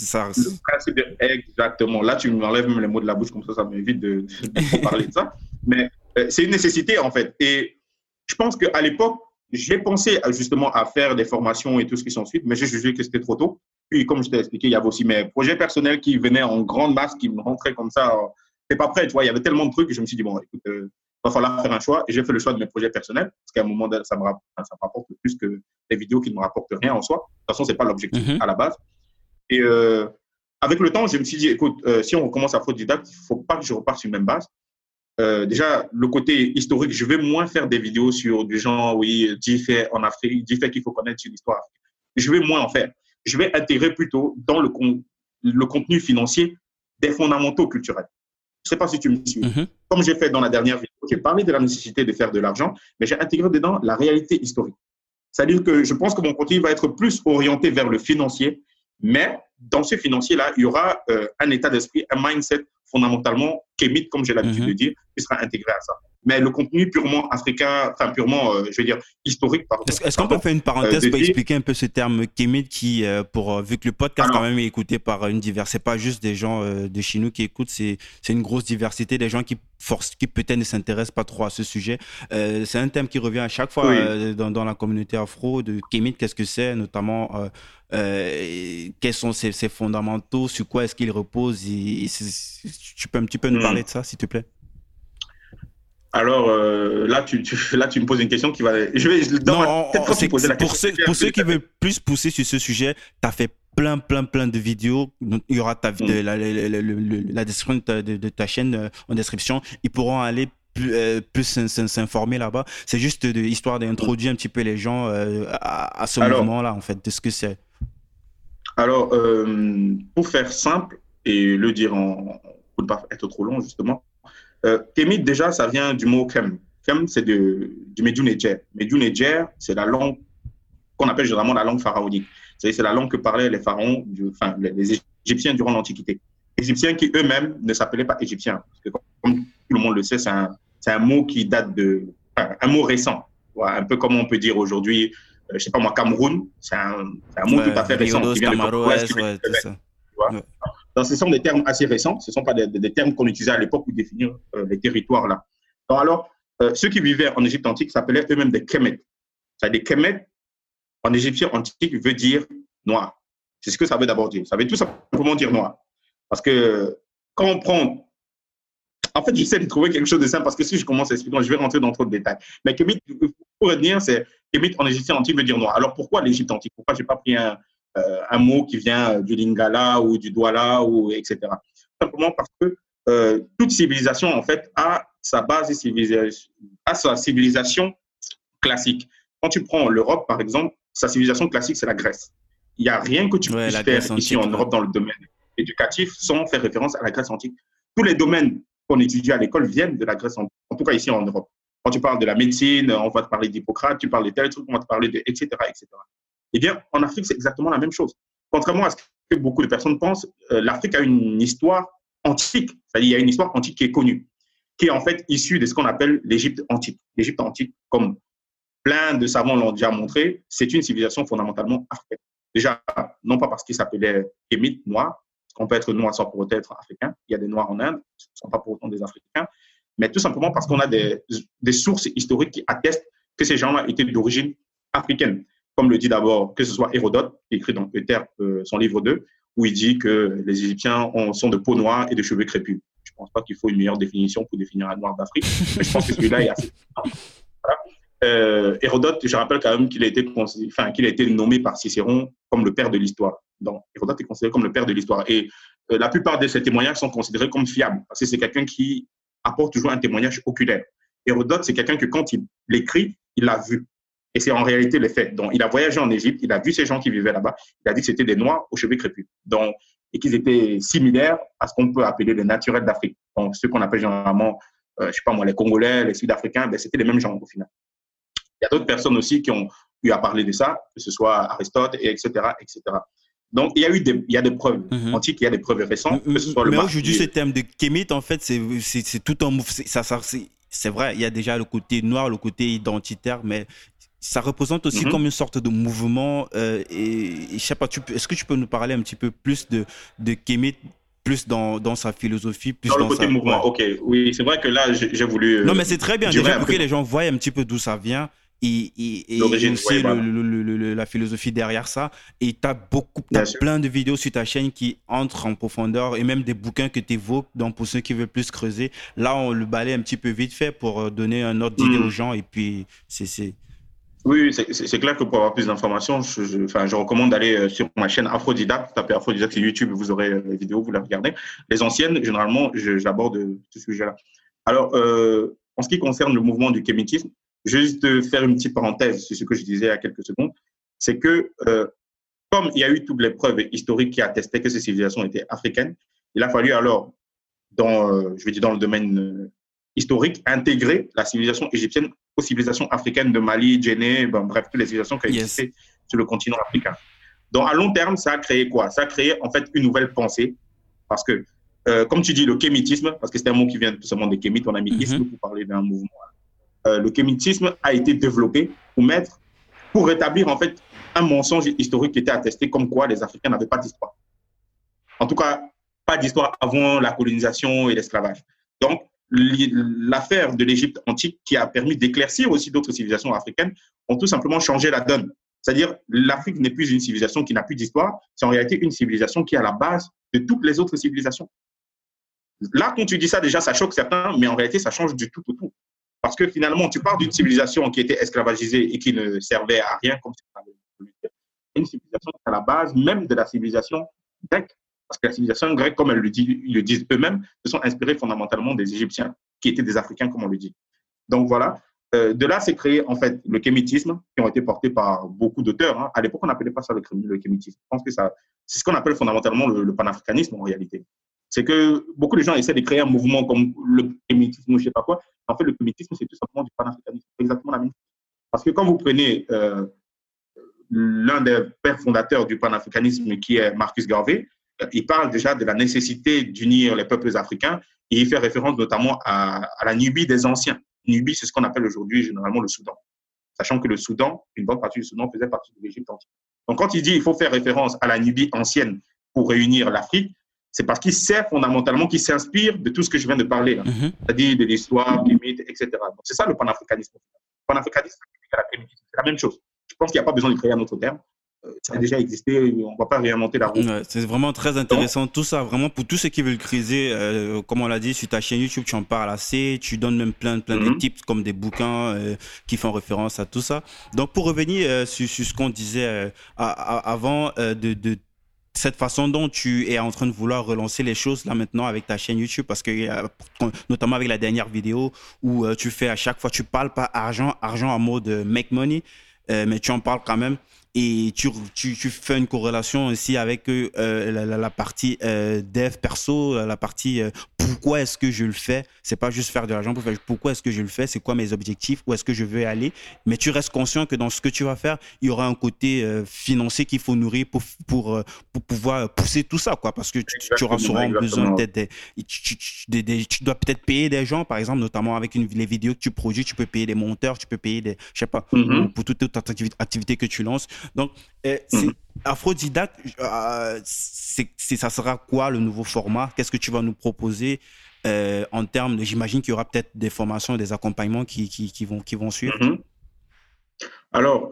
Speaker 2: Exactement. Là, tu m'enlèves même les mots de la bouche, comme ça m'évite de parler de ça. Mais c'est une nécessité, en fait. Et je pense qu'à l'époque, j'ai pensé justement à faire des formations et tout ce qui s'ensuit, mais j'ai jugé que c'était trop tôt. Puis, comme je t'ai expliqué, il y avait aussi mes projets personnels qui venaient en grande masse, qui me rentraient comme ça. T'es pas prêt, tu vois. Il y avait tellement de trucs que je me suis dit, bon, écoute, va falloir faire un choix. Et j'ai fait le choix de mes projets personnels, parce qu'à un moment, ça me rapporte plus que des vidéos qui ne me rapportent rien en soi. De toute façon, c'est pas l'objectif à la base. Et avec le temps, je me suis dit, écoute, si on recommence à Afrodidacte, il ne faut pas que je reparte sur la même base. Déjà, le côté historique, je vais moins faire des vidéos sur du genre, oui, 10 faits en Afrique, 10 faits qu'il faut connaître sur l'histoire africaine. Je vais moins en faire. Je vais intégrer plutôt dans le contenu financier des fondamentaux culturels. Je ne sais pas si tu me suis. Comme j'ai fait dans la dernière vidéo, j'ai parlé de la nécessité de faire de l'argent, mais j'ai intégré dedans la réalité historique. C'est-à-dire que je pense que mon contenu va être plus orienté vers le financier, mais dans ce financier-là, il y aura un état d'esprit, un mindset fondamentalement kémite, comme j'ai l'habitude de dire, qui sera intégré à ça. Mais le contenu purement africain, enfin purement, je veux dire, historique, pardon.
Speaker 1: Est-ce qu'on peut faire une parenthèse pour expliquer un peu ce terme Kémite qui, vu que le podcast quand même est écouté par une diversité, c'est pas juste des gens de chez nous qui écoutent, c'est une grosse diversité, des gens qui peut-être ne s'intéressent pas trop à ce sujet. C'est un thème qui revient à chaque fois dans la communauté afro, de Kémite, qu'est-ce que c'est, notamment quels sont ses fondamentaux, sur quoi est-ce qu'il repose, tu peux un petit peu nous parler de ça, s'il te plaît?
Speaker 2: Alors là, tu me poses une question qui va.
Speaker 1: Pour ceux qui veulent plus pousser sur ce sujet, tu as fait plein de vidéos. Donc, il y aura la description de ta chaîne en description. Ils pourront aller plus s'informer là-bas. C'est juste histoire d'introduire un petit peu les gens à ce mouvement-là, en fait, de ce que c'est.
Speaker 2: Alors, pour faire simple et le dire pour ne pas être trop long, justement, Kémite, déjà, ça vient du mot Kem. Kem, c'est du Médioune-Néger. Médioune-Néger, c'est la langue qu'on appelle généralement la langue pharaonique. C'est la langue que parlaient les pharaons, les Égyptiens durant l'Antiquité. Égyptiens qui eux-mêmes ne s'appelaient pas Égyptiens. Parce que, comme tout le monde le sait, c'est un mot qui date un mot récent. Voilà, un peu comme on peut dire aujourd'hui, je ne sais pas moi, Cameroun, c'est un mot tout à fait récent. Qui vient de Donc, ce sont des termes assez récents, ce ne sont pas des termes qu'on utilisait à l'époque pour définir les territoires là. Donc, alors, ceux qui vivaient en Égypte antique s'appelaient eux-mêmes des Kemet. C'est-à-dire, Kemet, en égyptien antique, veut dire noir. C'est ce que ça veut d'abord dire. Ça veut tout simplement dire noir. Parce que quand on prend. En fait, j'essaie de trouver quelque chose de simple parce que si je commence à expliquer, je vais rentrer dans trop de détails. Mais Kemet, pour retenir, c'est Kemet en égyptien antique veut dire noir. Alors pourquoi l'Égypte antique? Pourquoi je n'ai pas pris un mot qui vient du Lingala ou du Douala, etc. Simplement parce que toute civilisation, en fait, a sa base sa civilisation classique. Quand tu prends l'Europe, par exemple, sa civilisation classique, c'est la Grèce. Il n'y a rien que tu puisses faire ici en Europe dans le domaine éducatif sans faire référence à la Grèce antique. Tous les domaines qu'on étudie à l'école viennent de la Grèce antique, en tout cas ici en Europe. Quand tu parles de la médecine, on va te parler d'Hippocrate, tu parles de tel truc, on va te parler de etc., etc. Eh bien, en Afrique, c'est exactement la même chose. Contrairement à ce que beaucoup de personnes pensent, l'Afrique a une histoire antique. C'est-à-dire, il y a une histoire antique qui est connue, qui est en fait issue de ce qu'on appelle l'Égypte antique. L'Égypte antique, comme plein de savants l'ont déjà montré, c'est une civilisation fondamentalement africaine. Déjà, non pas parce qu'il s'appelait Kémite, noir, parce qu'on peut être noir sans pour autant être africain. Il y a des noirs en Inde, ce ne sont pas pour autant des Africains, mais tout simplement parce qu'on a des sources historiques qui attestent que ces gens-là étaient d'origine africaine. Comme le dit d'abord, que ce soit Hérodote, qui écrit dans Euterpe, son livre 2, où il dit que les Égyptiens sont de peau noire et de cheveux crépus. Je ne pense pas qu'il faut une meilleure définition pour définir un noir d'Afrique, mais je pense que celui-là est assez. Voilà. Hérodote, je rappelle quand même qu'il a été nommé par Cicéron comme le père de l'histoire. Donc, Hérodote est considéré comme le père de l'histoire. Et la plupart de ces témoignages sont considérés comme fiables, parce que c'est quelqu'un qui apporte toujours un témoignage oculaire. Hérodote, c'est quelqu'un que quand il l'écrit, il l'a vu. Et c'est en réalité le fait. Donc, il a voyagé en Égypte, il a vu ces gens qui vivaient là-bas, il a dit que c'était des Noirs aux cheveux crépus. Donc, et qu'ils étaient similaires à ce qu'on peut appeler les naturels d'Afrique. Donc, ceux qu'on appelle généralement, je ne sais pas moi, les Congolais, les Sud-Africains, ben, c'était les mêmes gens au final. Il y a d'autres personnes aussi qui ont eu à parler de ça, que ce soit Aristote, et etc., etc. Donc, il y a des preuves antiques, il y a des preuves récentes. Que ce soit
Speaker 1: mais aujourd'hui, ce thème de Kémite, en fait, c'est tout un mouvement. C'est vrai, il y a déjà le côté noir, le côté identitaire, mais ça représente aussi comme une sorte de mouvement. Et je sais pas, est-ce que tu peux nous parler un petit peu plus de Kémite, plus dans sa philosophie, plus
Speaker 2: dans le côté mouvement? Ok, oui, c'est vrai que là, j'ai voulu.
Speaker 1: Non, mais c'est très bien, déjà pour que les gens voient un petit peu d'où ça vient. Et aussi la philosophie derrière ça. Et tu as plein de vidéos sur ta chaîne qui entrent en profondeur et même des bouquins que tu évoques. Donc, pour ceux qui veulent plus creuser, là, on le balaye un petit peu vite fait pour donner un ordre d'idée aux gens. Et puis,
Speaker 2: Oui, c'est clair que pour avoir plus d'informations, je recommande d'aller sur ma chaîne Aphrodidacte. Tapez Aphrodidacte sur YouTube, vous aurez les vidéos, vous les regardez. Les anciennes, généralement, j'aborde ce sujet-là. Alors, en ce qui concerne le mouvement du kémitisme, juste faire une petite parenthèse sur ce que je disais il y a quelques secondes, c'est que comme il y a eu toutes les preuves historiques qui attestaient que ces civilisations étaient africaines, il a fallu alors, dans le domaine historique, intégrer la civilisation égyptienne aux civilisations africaines de Mali, Djenné, bref, toutes les civilisations qui existaient sur le continent africain. Donc, à long terme, ça a créé quoi? Ça a créé en fait une nouvelle pensée, parce que comme tu dis, le kémitisme, parce que c'est un mot qui vient tout simplement des kémites, on a mis isme pour parler d'un mouvement. Le kémitisme a été développé pour rétablir en fait un mensonge historique qui était attesté comme quoi les Africains n'avaient pas d'histoire. En tout cas, pas d'histoire avant la colonisation et l'esclavage. Donc, l'affaire de l'Égypte antique qui a permis d'éclaircir aussi d'autres civilisations africaines ont tout simplement changé la donne. C'est-à-dire, l'Afrique n'est plus une civilisation qui n'a plus d'histoire, c'est en réalité une civilisation qui est à la base de toutes les autres civilisations. Là, quand tu dis ça, déjà, ça choque certains, mais en réalité, ça change du tout au tout. Parce que finalement, tu pars d'une civilisation qui était esclavagisée et qui ne servait à rien, comme c'est une civilisation qui est à la base même de la civilisation grecque. Parce que la civilisation grecque, comme ils le disent eux-mêmes, se sont inspirés fondamentalement des Égyptiens, qui étaient des Africains, comme on le dit. Donc voilà, de là, s'est créé en fait le kémitisme, qui ont été portés par beaucoup d'auteurs. Hein. À l'époque, on n'appelait pas ça le kémitisme. Je pense que c'est ce qu'on appelle fondamentalement le panafricanisme en réalité. C'est que beaucoup de gens essaient de créer un mouvement comme le kémitisme ou je ne sais pas quoi. En fait, le kémitisme, c'est tout simplement du panafricanisme. C'est exactement la même chose. Parce que quand vous prenez l'un des pères fondateurs du panafricanisme, qui est Marcus Garvey, il parle déjà de la nécessité d'unir les peuples africains et il fait référence notamment à la Nubie des anciens. Nubie, c'est ce qu'on appelle aujourd'hui généralement le Soudan. Sachant que le Soudan, une bonne partie du Soudan faisait partie de l'Égypte antique. Donc quand il dit qu'il faut faire référence à la Nubie ancienne pour réunir l'Afrique, c'est parce qu'il sait fondamentalement qu'il s'inspire de tout ce que je viens de parler, c'est-à-dire de l'histoire, des mythes, etc. Donc c'est ça le panafricanisme. Le panafricanisme, c'est la même chose. Je pense qu'il n'y a pas besoin de créer un autre terme. Ça a déjà existé, on ne va pas réinventer la roue.
Speaker 1: Ouais, c'est vraiment très intéressant. Tout ça, vraiment, pour tous ceux qui veulent creuser, comme on l'a dit, sur ta chaîne YouTube, tu en parles assez, tu donnes même plein de tips, comme des bouquins qui font référence à tout ça. Donc, pour revenir sur ce qu'on disait avant de cette façon dont tu es en train de vouloir relancer les choses là maintenant avec ta chaîne YouTube, parce que notamment avec la dernière vidéo où tu fais à chaque fois, tu parles pas argent en mode make money, mais tu en parles quand même. Et tu fais une corrélation aussi avec la partie dev perso, la partie pourquoi est-ce que je le fais. C'est pas juste faire de l'argent pour faire pourquoi est-ce que je le fais, c'est quoi mes objectifs, où est-ce que je veux aller. Mais tu restes conscient que dans ce que tu vas faire, il y aura un côté financier qu'il faut nourrir pour pouvoir pousser tout ça, quoi. Parce que tu auras souvent besoin peut-être tu dois peut-être payer des gens, par exemple, notamment avec les vidéos que tu produis, tu peux payer des monteurs, tu peux payer je sais pas, pour toute activité que tu lances. Donc, c'est Afrodidacte, ça sera quoi le nouveau format? Qu'est-ce que tu vas nous proposer en termes de... J'imagine qu'il y aura peut-être des formations, des accompagnements qui vont suivre.
Speaker 2: Alors,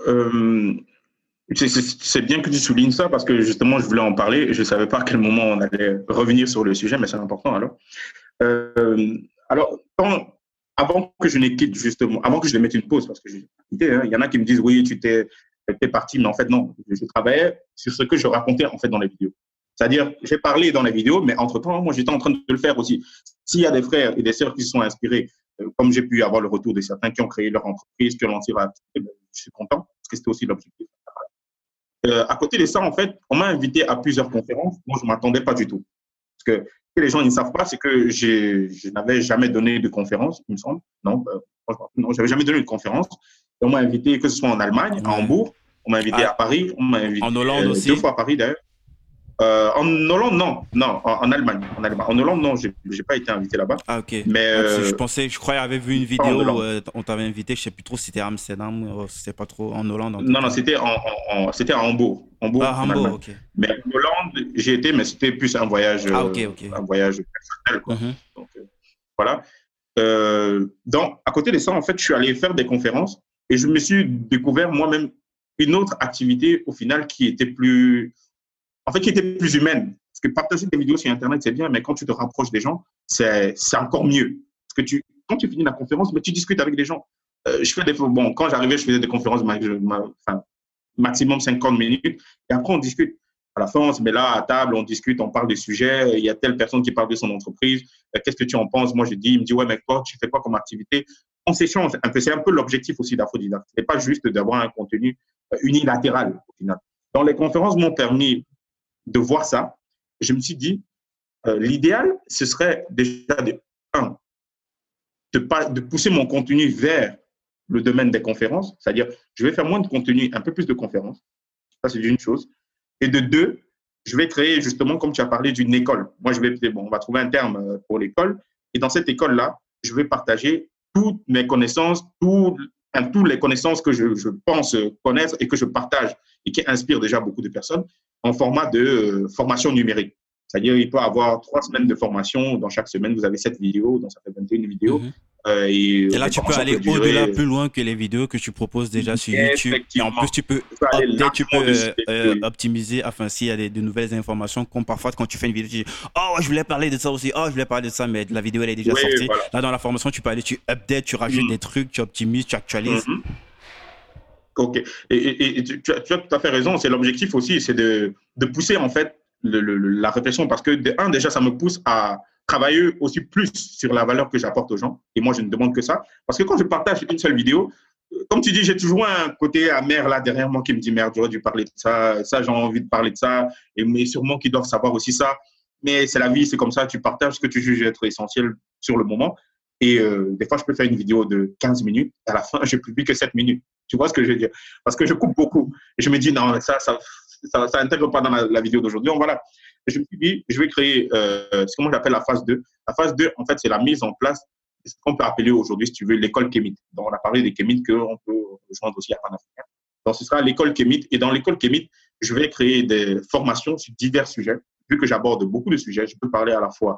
Speaker 2: c'est bien que tu soulignes ça parce que justement, je voulais en parler. Je ne savais pas à quel moment on allait revenir sur le sujet, mais c'est important alors. Alors, avant que je ne quitte justement, avant que je ne mette une pause, parce que j'ai quitté, il y en a qui me disent oui, tu t'es parti, mais en fait non, je travaillais sur ce que je racontais en fait dans les vidéos. C'est-à-dire, j'ai parlé dans les vidéos, mais entre-temps, moi j'étais en train de le faire aussi. S'il y a des frères et des sœurs qui se sont inspirés, comme j'ai pu avoir le retour de certains qui ont créé leur entreprise, qui ont lancé leur activité, je suis content, parce que c'était aussi l'objectif. À côté de ça, en fait, on m'a invité à plusieurs conférences. Moi, je ne m'attendais pas du tout. Parce que ce que les gens ne savent pas, c'est que je n'avais jamais donné de conférence, il me semble. Non, je n'avais jamais donné de conférence. Et on m'a invité, que ce soit en Allemagne, à Hambourg, on m'a invité à Paris, on m'a invité
Speaker 1: en Hollande aussi.
Speaker 2: 2 fois à Paris d'ailleurs. En Hollande, non, en Allemagne. En Hollande, non, je n'ai pas été invité là-bas.
Speaker 1: Ah, ok.
Speaker 2: Mais,
Speaker 1: je crois que j'avais vu une vidéo où on t'avait invité, je ne sais plus trop si c'était à Amsterdam, c'était pas trop en Hollande.
Speaker 2: Non, c'était à Hambourg.
Speaker 1: Hambourg, ok.
Speaker 2: Mais en Hollande, j'ai été, mais c'était plus un voyage, un voyage personnel, quoi. Donc, voilà. Donc, à côté de ça, en fait, je suis allé faire des conférences et je me suis découvert moi-même une autre activité, au final, qui était plus humaine. Parce que partager des vidéos sur Internet, c'est bien, mais quand tu te rapproches des gens, c'est encore mieux. Parce que quand tu finis la conférence, mais tu discutes avec des gens. Quand j'arrivais, je faisais des conférences maximum 50 minutes, et après, on discute. À la fin, on se met là à table, on discute, on parle des sujets. Il y a telle personne qui parle de son entreprise. Qu'est-ce que tu en penses? Moi, je dis, il me dit, ouais, mais toi, tu fais quoi comme activité? On s'échange un peu. C'est un peu l'objectif aussi d'Afrodidacte. Ce n'est pas juste d'avoir un contenu unilatéral, au final. Donc, les conférences m'ont permis de voir ça. Je me suis dit, l'idéal, ce serait déjà de pousser mon contenu vers le domaine des conférences, c'est-à-dire, je vais faire moins de contenu, un peu plus de conférences. Ça, c'est une chose. Et de 2, je vais créer justement, comme tu as parlé, d'une école. Moi, on va trouver un terme pour l'école. Et dans cette école-là, je vais partager toutes mes connaissances, toutes les connaissances que je pense connaître et que je partage et qui inspirent déjà beaucoup de personnes en format de formation numérique. C'est-à-dire, il peut y avoir 3 semaines de formation. Dans chaque semaine, vous avez 7 vidéos, donc ça fait 21 vidéos.
Speaker 1: Et là, tu peux aller au-delà, plus loin que les vidéos que tu proposes déjà sur YouTube. Et en plus, tu peux optimiser, enfin, s'il y a de nouvelles informations, comme parfois quand tu fais une vidéo, tu dis « Oh, je voulais parler de ça aussi. Oh, je voulais parler de ça, mais la vidéo, elle est déjà sortie. Voilà. » Là, dans la formation, tu peux aller, tu updates, tu rajoutes des trucs, tu optimises, tu actualises.
Speaker 2: OK. Et tu as tout à fait raison. C'est l'objectif aussi, c'est de pousser, en fait, la réflexion, parce que déjà, ça me pousse à travailler aussi plus sur la valeur que j'apporte aux gens. Et moi, je ne demande que ça. Parce que quand je partage une seule vidéo, comme tu dis, j'ai toujours un côté amer là derrière moi qui me dit merde, j'aurais dû parler de ça, j'ai envie de parler de ça, mais sûrement qu'ils doivent savoir aussi ça. Mais c'est la vie, c'est comme ça, tu partages ce que tu juges être essentiel sur le moment. Et des fois, je peux faire une vidéo de 15 minutes. À la fin, je ne publie que 7 minutes. Tu vois ce que je veux dire? Parce que je coupe beaucoup. Et je me dis, non, ça n'intègre pas dans la vidéo d'aujourd'hui. Donc voilà. Et je me suis dit, je vais créer ce que moi j'appelle la phase 2. La phase 2, en fait, c'est la mise en place de ce qu'on peut appeler aujourd'hui, si tu veux, l'école Kémit. Donc, on a parlé des Kémit qu'on peut rejoindre aussi à Pan-Africain. Donc, ce sera l'école Kémit. Et dans l'école Kémit, je vais créer des formations sur divers sujets. Vu que j'aborde beaucoup de sujets, je peux parler à la fois,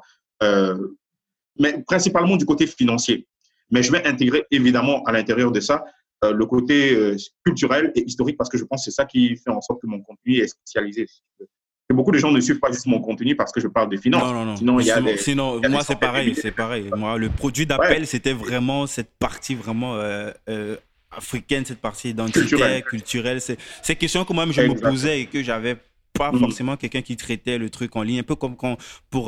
Speaker 2: mais principalement du côté financier. Mais je vais intégrer évidemment à l'intérieur de ça le côté culturel et historique, parce que je pense que c'est ça qui fait en sorte que mon contenu est spécialisé. Et beaucoup de gens ne suivent pas juste mon contenu parce que je parle de finances.
Speaker 1: Non.
Speaker 2: Sinon,
Speaker 1: moi, c'est pareil. Moi, le produit d'appel, c'était vraiment cette partie vraiment africaine, cette partie identitaire, culturelle. C'est question que moi-même je me posais et que j'avais pas forcément quelqu'un qui traitait le truc en ligne. Un peu comme quand,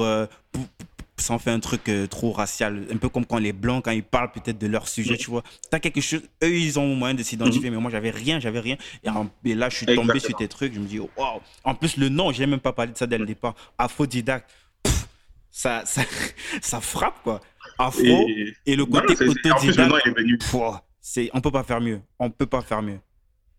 Speaker 1: ça en fait un truc trop racial, un peu comme quand les Blancs, quand ils parlent peut-être de leur sujet, tu vois, t'as quelque chose, eux, ils ont moyen de s'identifier, mais moi, j'avais rien. Et là, je suis tombé sur tes trucs, je me dis, waouh. En plus, le nom, j'ai même pas parlé de ça dès le départ. Afrodidacte, ça frappe, quoi. Afro et le côté autodidacte, on peut pas faire mieux. On peut pas faire mieux.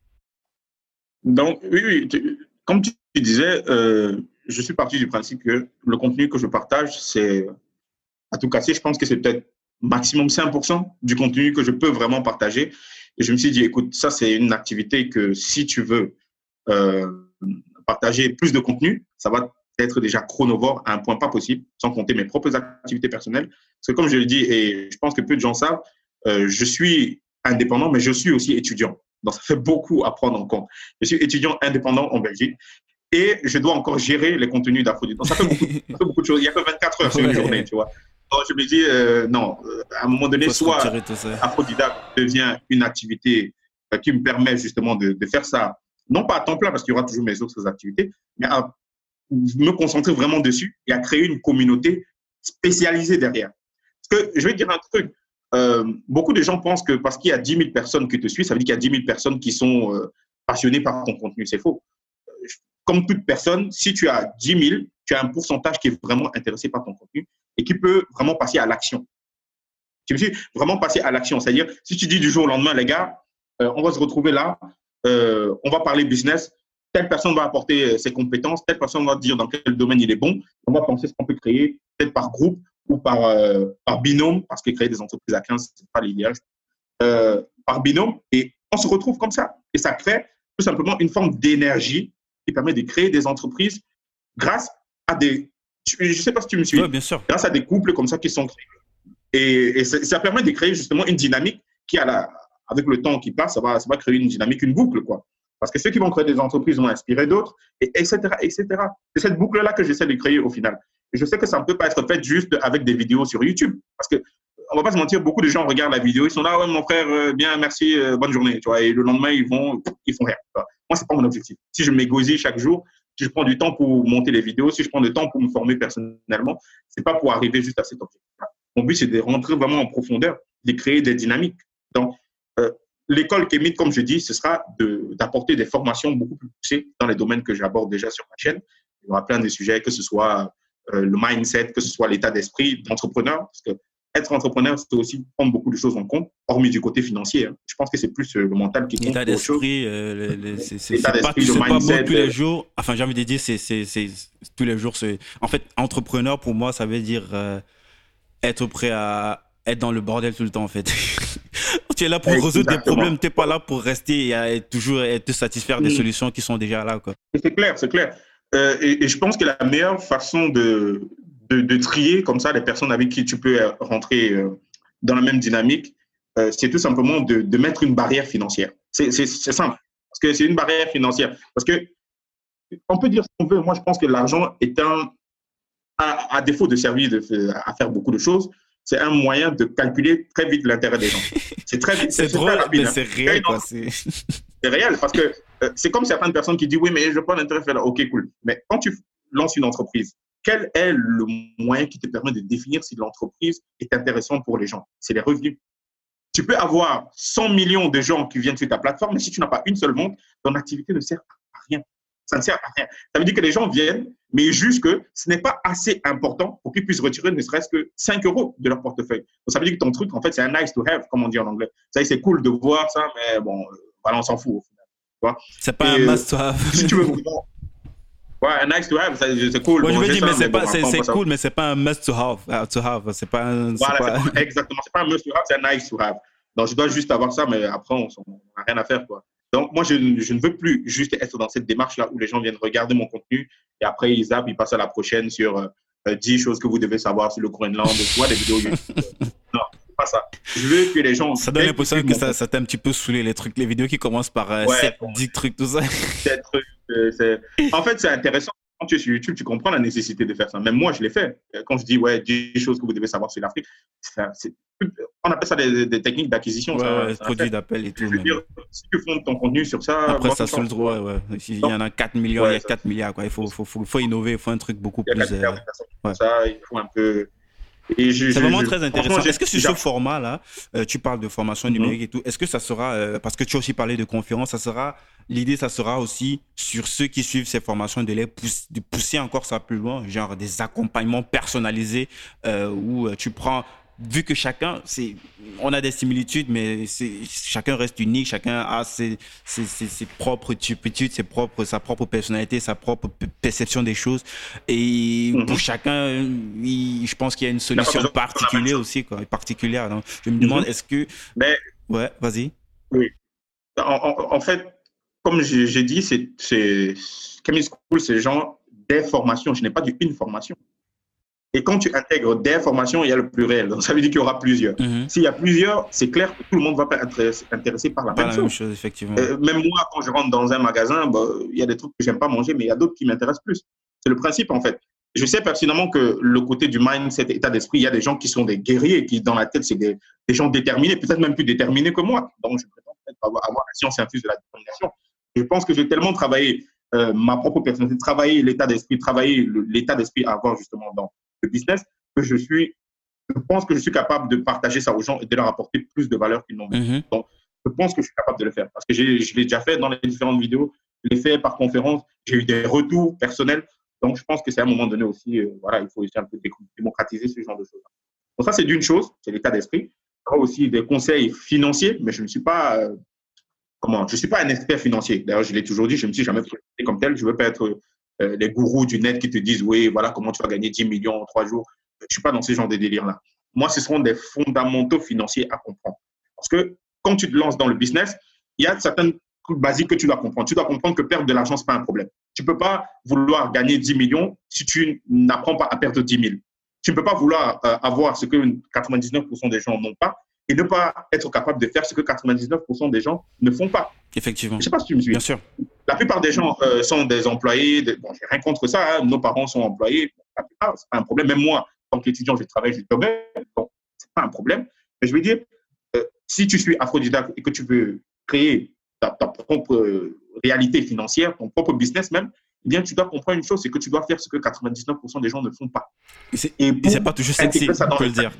Speaker 2: Donc, oui, comme tu disais, je suis parti du principe que le contenu que je partage, c'est à tout casser. Je pense que c'est peut-être maximum 5% du contenu que je peux vraiment partager. Et je me suis dit, écoute, ça, c'est une activité que si tu veux partager plus de contenu, ça va être déjà chronovore à un point pas possible, sans compter mes propres activités personnelles. Parce que comme je le dis, et je pense que peu de gens savent, je suis indépendant, mais je suis aussi étudiant. Donc, ça fait beaucoup à prendre en compte. Je suis étudiant indépendant en Belgique. Et je dois encore gérer les contenus d'Afrodidacte. Donc, ça fait beaucoup de choses. Il n'y a que 24 heures sur une journée, tu vois. Donc, je me dis, non, à un moment donné, soit Afrodidacte devient une activité qui me permet justement de faire ça, non pas à temps plein, parce qu'il y aura toujours mes autres activités, mais à me concentrer vraiment dessus et à créer une communauté spécialisée derrière. Parce que je vais te dire un truc, beaucoup de gens pensent que parce qu'il y a 10 000 personnes qui te suivent, ça veut dire qu'il y a 10 000 personnes qui sont passionnées par ton contenu. C'est faux. Comme toute personne, si tu as 10 000, tu as un pourcentage qui est vraiment intéressé par ton contenu et qui peut vraiment passer à l'action. Tu me dis, vraiment passer à l'action. C'est-à-dire, si tu dis du jour au lendemain, les gars, on va se retrouver là, on va parler business, telle personne va apporter ses compétences, telle personne va dire dans quel domaine il est bon, on va penser ce qu'on peut créer, peut-être par groupe ou par binôme, parce que créer des entreprises à 15, ce n'est pas l'idéal, par binôme, et on se retrouve comme ça. Et ça crée tout simplement une forme d'énergie qui permet de créer des entreprises grâce à des… Je ne sais pas si tu me suis.
Speaker 1: Oui, bien sûr.
Speaker 2: Grâce à des couples comme ça qui sont créés. Et ça permet de créer justement une dynamique qui, avec le temps qui passe, ça va créer une dynamique, une boucle, quoi. Parce que ceux qui vont créer des entreprises vont inspirer d'autres, etc., etc. C'est cette boucle-là que j'essaie de créer au final. Et je sais que ça ne peut pas être fait juste avec des vidéos sur YouTube. Parce que, on ne va pas se mentir, beaucoup de gens regardent la vidéo, ils sont là, ouais, mon frère, bien, merci, bonne journée. Tu vois, et le lendemain, ils font rien. Moi, ce n'est pas mon objectif. Si je m'égosille chaque jour, si je prends du temps pour monter les vidéos, si je prends du temps pour me former personnellement, ce n'est pas pour arriver juste à cet objectif-là. Mon but, c'est de rentrer vraiment en profondeur, de créer des dynamiques. Donc, l'école Kémit, comme je dis, ce sera d'apporter des formations beaucoup plus poussées dans les domaines que j'aborde déjà sur ma chaîne. Il y aura plein de sujets, que ce soit le mindset, que ce soit l'état d'esprit d'entrepreneur. Parce que être entrepreneur, c'est aussi prendre beaucoup de choses en compte, hormis du côté financier. Hein. Je pense que c'est plus le mental qui compte.
Speaker 1: L'état d'esprit, c'est pas beau tous les jours. Enfin, j'ai envie de dire, c'est tous les jours. En fait, entrepreneur, pour moi, ça veut dire être prêt à être dans le bordel tout le temps, en fait. Tu es là pour résoudre des problèmes, tu n'es pas là pour rester et toujours te satisfaire des solutions qui sont déjà là, quoi.
Speaker 2: C'est clair, c'est clair. Et je pense que la meilleure façon de trier comme ça les personnes avec qui tu peux rentrer dans la même dynamique, c'est tout simplement de mettre une barrière financière. C'est simple, parce que c'est une barrière financière. Parce que on peut dire ce qu'on veut. Moi, je pense que l'argent est à défaut de servir à faire beaucoup de choses, c'est un moyen de calculer très vite l'intérêt des gens. C'est très vite.
Speaker 1: C'est drôle, très rapide, mais c'est réel, quoi.
Speaker 2: C'est réel, parce que c'est comme certaines personnes qui disent « Oui, mais je prends l'intérêt. » Ok, cool. Mais quand tu lances une entreprise, quel est le moyen qui te permet de définir si l'entreprise est intéressante pour les gens? C'est les revenus. Tu peux avoir 100 millions de gens qui viennent sur ta plateforme, mais si tu n'as pas une seule vente, ton activité ne sert à rien. Ça ne sert à rien. Ça veut dire que les gens viennent, mais juste que ce n'est pas assez important pour qu'ils puissent retirer ne serait-ce que 5 € de leur portefeuille. Donc, ça veut dire que ton truc, en fait, c'est un nice to have, comme on dit en anglais. Ça, c'est cool de voir ça, mais bon, voilà, on s'en fout au final.
Speaker 1: C'est pas un must to have.
Speaker 2: Si tu veux vraiment. Ouais, un nice to have, c'est cool.
Speaker 1: Moi, je veux dire, mais c'est cool, mais c'est pas un must to have. C'est pas un.
Speaker 2: Voilà, exactement. C'est pas un must to have, c'est un nice to have. Donc, je dois juste avoir ça, mais après, on n'a rien à faire, quoi. Donc, moi, je ne veux plus juste être dans cette démarche-là où les gens viennent regarder mon contenu et après, ils zappent, ils passent à la prochaine sur 10 choses que vous devez savoir sur le Groenland, soit des vidéos YouTube. Non, c'est pas ça. Je veux que les gens…
Speaker 1: Ça donne l'impression que ça t'a un petit peu saoulé, les vidéos qui commencent par 10 trucs, tout ça.
Speaker 2: 7 trucs. En fait, c'est intéressant. Quand tu es sur YouTube, tu comprends la nécessité de faire ça. Même moi, je l'ai fait. Quand je dis, 10 choses que vous devez savoir sur l'Afrique, on appelle ça des techniques d'acquisition.
Speaker 1: Ouais, produits d'appel et tout.
Speaker 2: Je veux dire, si tu fondes ton contenu sur ça…
Speaker 1: Après, ça saoule trop, ouais. Il y en a 4 millions, il y a 4 milliards. Quoi. Il faut innover, il faut un truc beaucoup plus…
Speaker 2: Ça, il faut un peu…
Speaker 1: C'est vraiment très intéressant. Est-ce que sur ce format-là, tu parles de formation numérique et tout, est-ce que ça sera, parce que tu as aussi parlé de conférences, l'idée, ça sera aussi sur ceux qui suivent ces formations de pousser encore ça plus loin, genre des accompagnements personnalisés où tu prends… Vu que on a des similitudes, mais chacun reste unique, chacun a ses propres turpitudes, sa propre personnalité, sa propre perception des choses. Et pour chacun, je pense qu'il y a une solution particulière aussi, quoi, particulière. Donc, je me demande, est-ce que… Ouais, vas-y.
Speaker 2: Oui. En fait, comme j'ai dit, Camille School, c'est genre des formations. Je n'ai pas dit une formation. Et quand tu intègres des formations, il y a le pluriel. Donc, ça veut dire qu'il y aura plusieurs. S'il y a plusieurs, c'est clair que tout le monde va pas être intéressé par la même chose.
Speaker 1: Effectivement.
Speaker 2: Même moi, quand je rentre dans un magasin, il y a des trucs que j'aime pas manger, mais il y a d'autres qui m'intéressent plus. C'est le principe, en fait. Je sais pertinemment que le côté du mindset, état d'esprit, il y a des gens qui sont des guerriers, qui, dans la tête, c'est des gens déterminés, peut-être même plus déterminés que moi. Donc, je prétends peut-être avoir la science infuse de la détermination. Je pense que j'ai tellement travaillé ma propre personnalité, travaillé l'état d'esprit, à avoir justement dans le business, que je pense que je suis capable de partager ça aux gens et de leur apporter plus de valeur qu'ils n'ont. Donc, je pense que je suis capable de le faire parce que je l'ai déjà fait dans les différentes vidéos, je l'ai fait par conférence, j'ai eu des retours personnels. Donc, je pense que c'est à un moment donné aussi, il faut aussi un peu démocratiser ce genre de choses. Donc, ça, c'est d'une chose, c'est l'état d'esprit. Il y aura aussi des conseils financiers, mais je ne suis pas, je suis pas un expert financier. D'ailleurs, je l'ai toujours dit, je ne me suis jamais présenté comme tel. Je ne veux pas être les gourous du net qui te disent, oui, voilà comment tu vas gagner 10 millions en 3 jours. Je ne suis pas dans ce genre de délire-là. Moi, ce seront des fondamentaux financiers à comprendre. Parce que quand tu te lances dans le business, il y a certaines trucs basiques que tu dois comprendre. Tu dois comprendre que perdre de l'argent, ce n'est pas un problème. Tu ne peux pas vouloir gagner 10 millions si tu n'apprends pas à perdre 10 000. Tu ne peux pas vouloir avoir ce que 99% des gens n'ont pas et ne pas être capable de faire ce que 99% des gens ne font pas.
Speaker 1: Effectivement.
Speaker 2: Je ne sais pas si tu me suis.
Speaker 1: Bien sûr.
Speaker 2: La plupart des gens sont des employés. Bon, j'ai rien contre ça. Hein. Nos parents sont employés. La plupart, c'est pas un problème. Même moi, en tant qu'étudiant, je travaille, je travaille. Donc, c'est pas un problème. Mais je veux dire, si tu suis aphrodidacte et que tu veux créer ta propre réalité financière, ton propre business même, eh bien, tu dois comprendre une chose, c'est que tu dois faire ce que 99% des gens ne font pas.
Speaker 1: Et c'est pas toujours sexy, on peut le dire.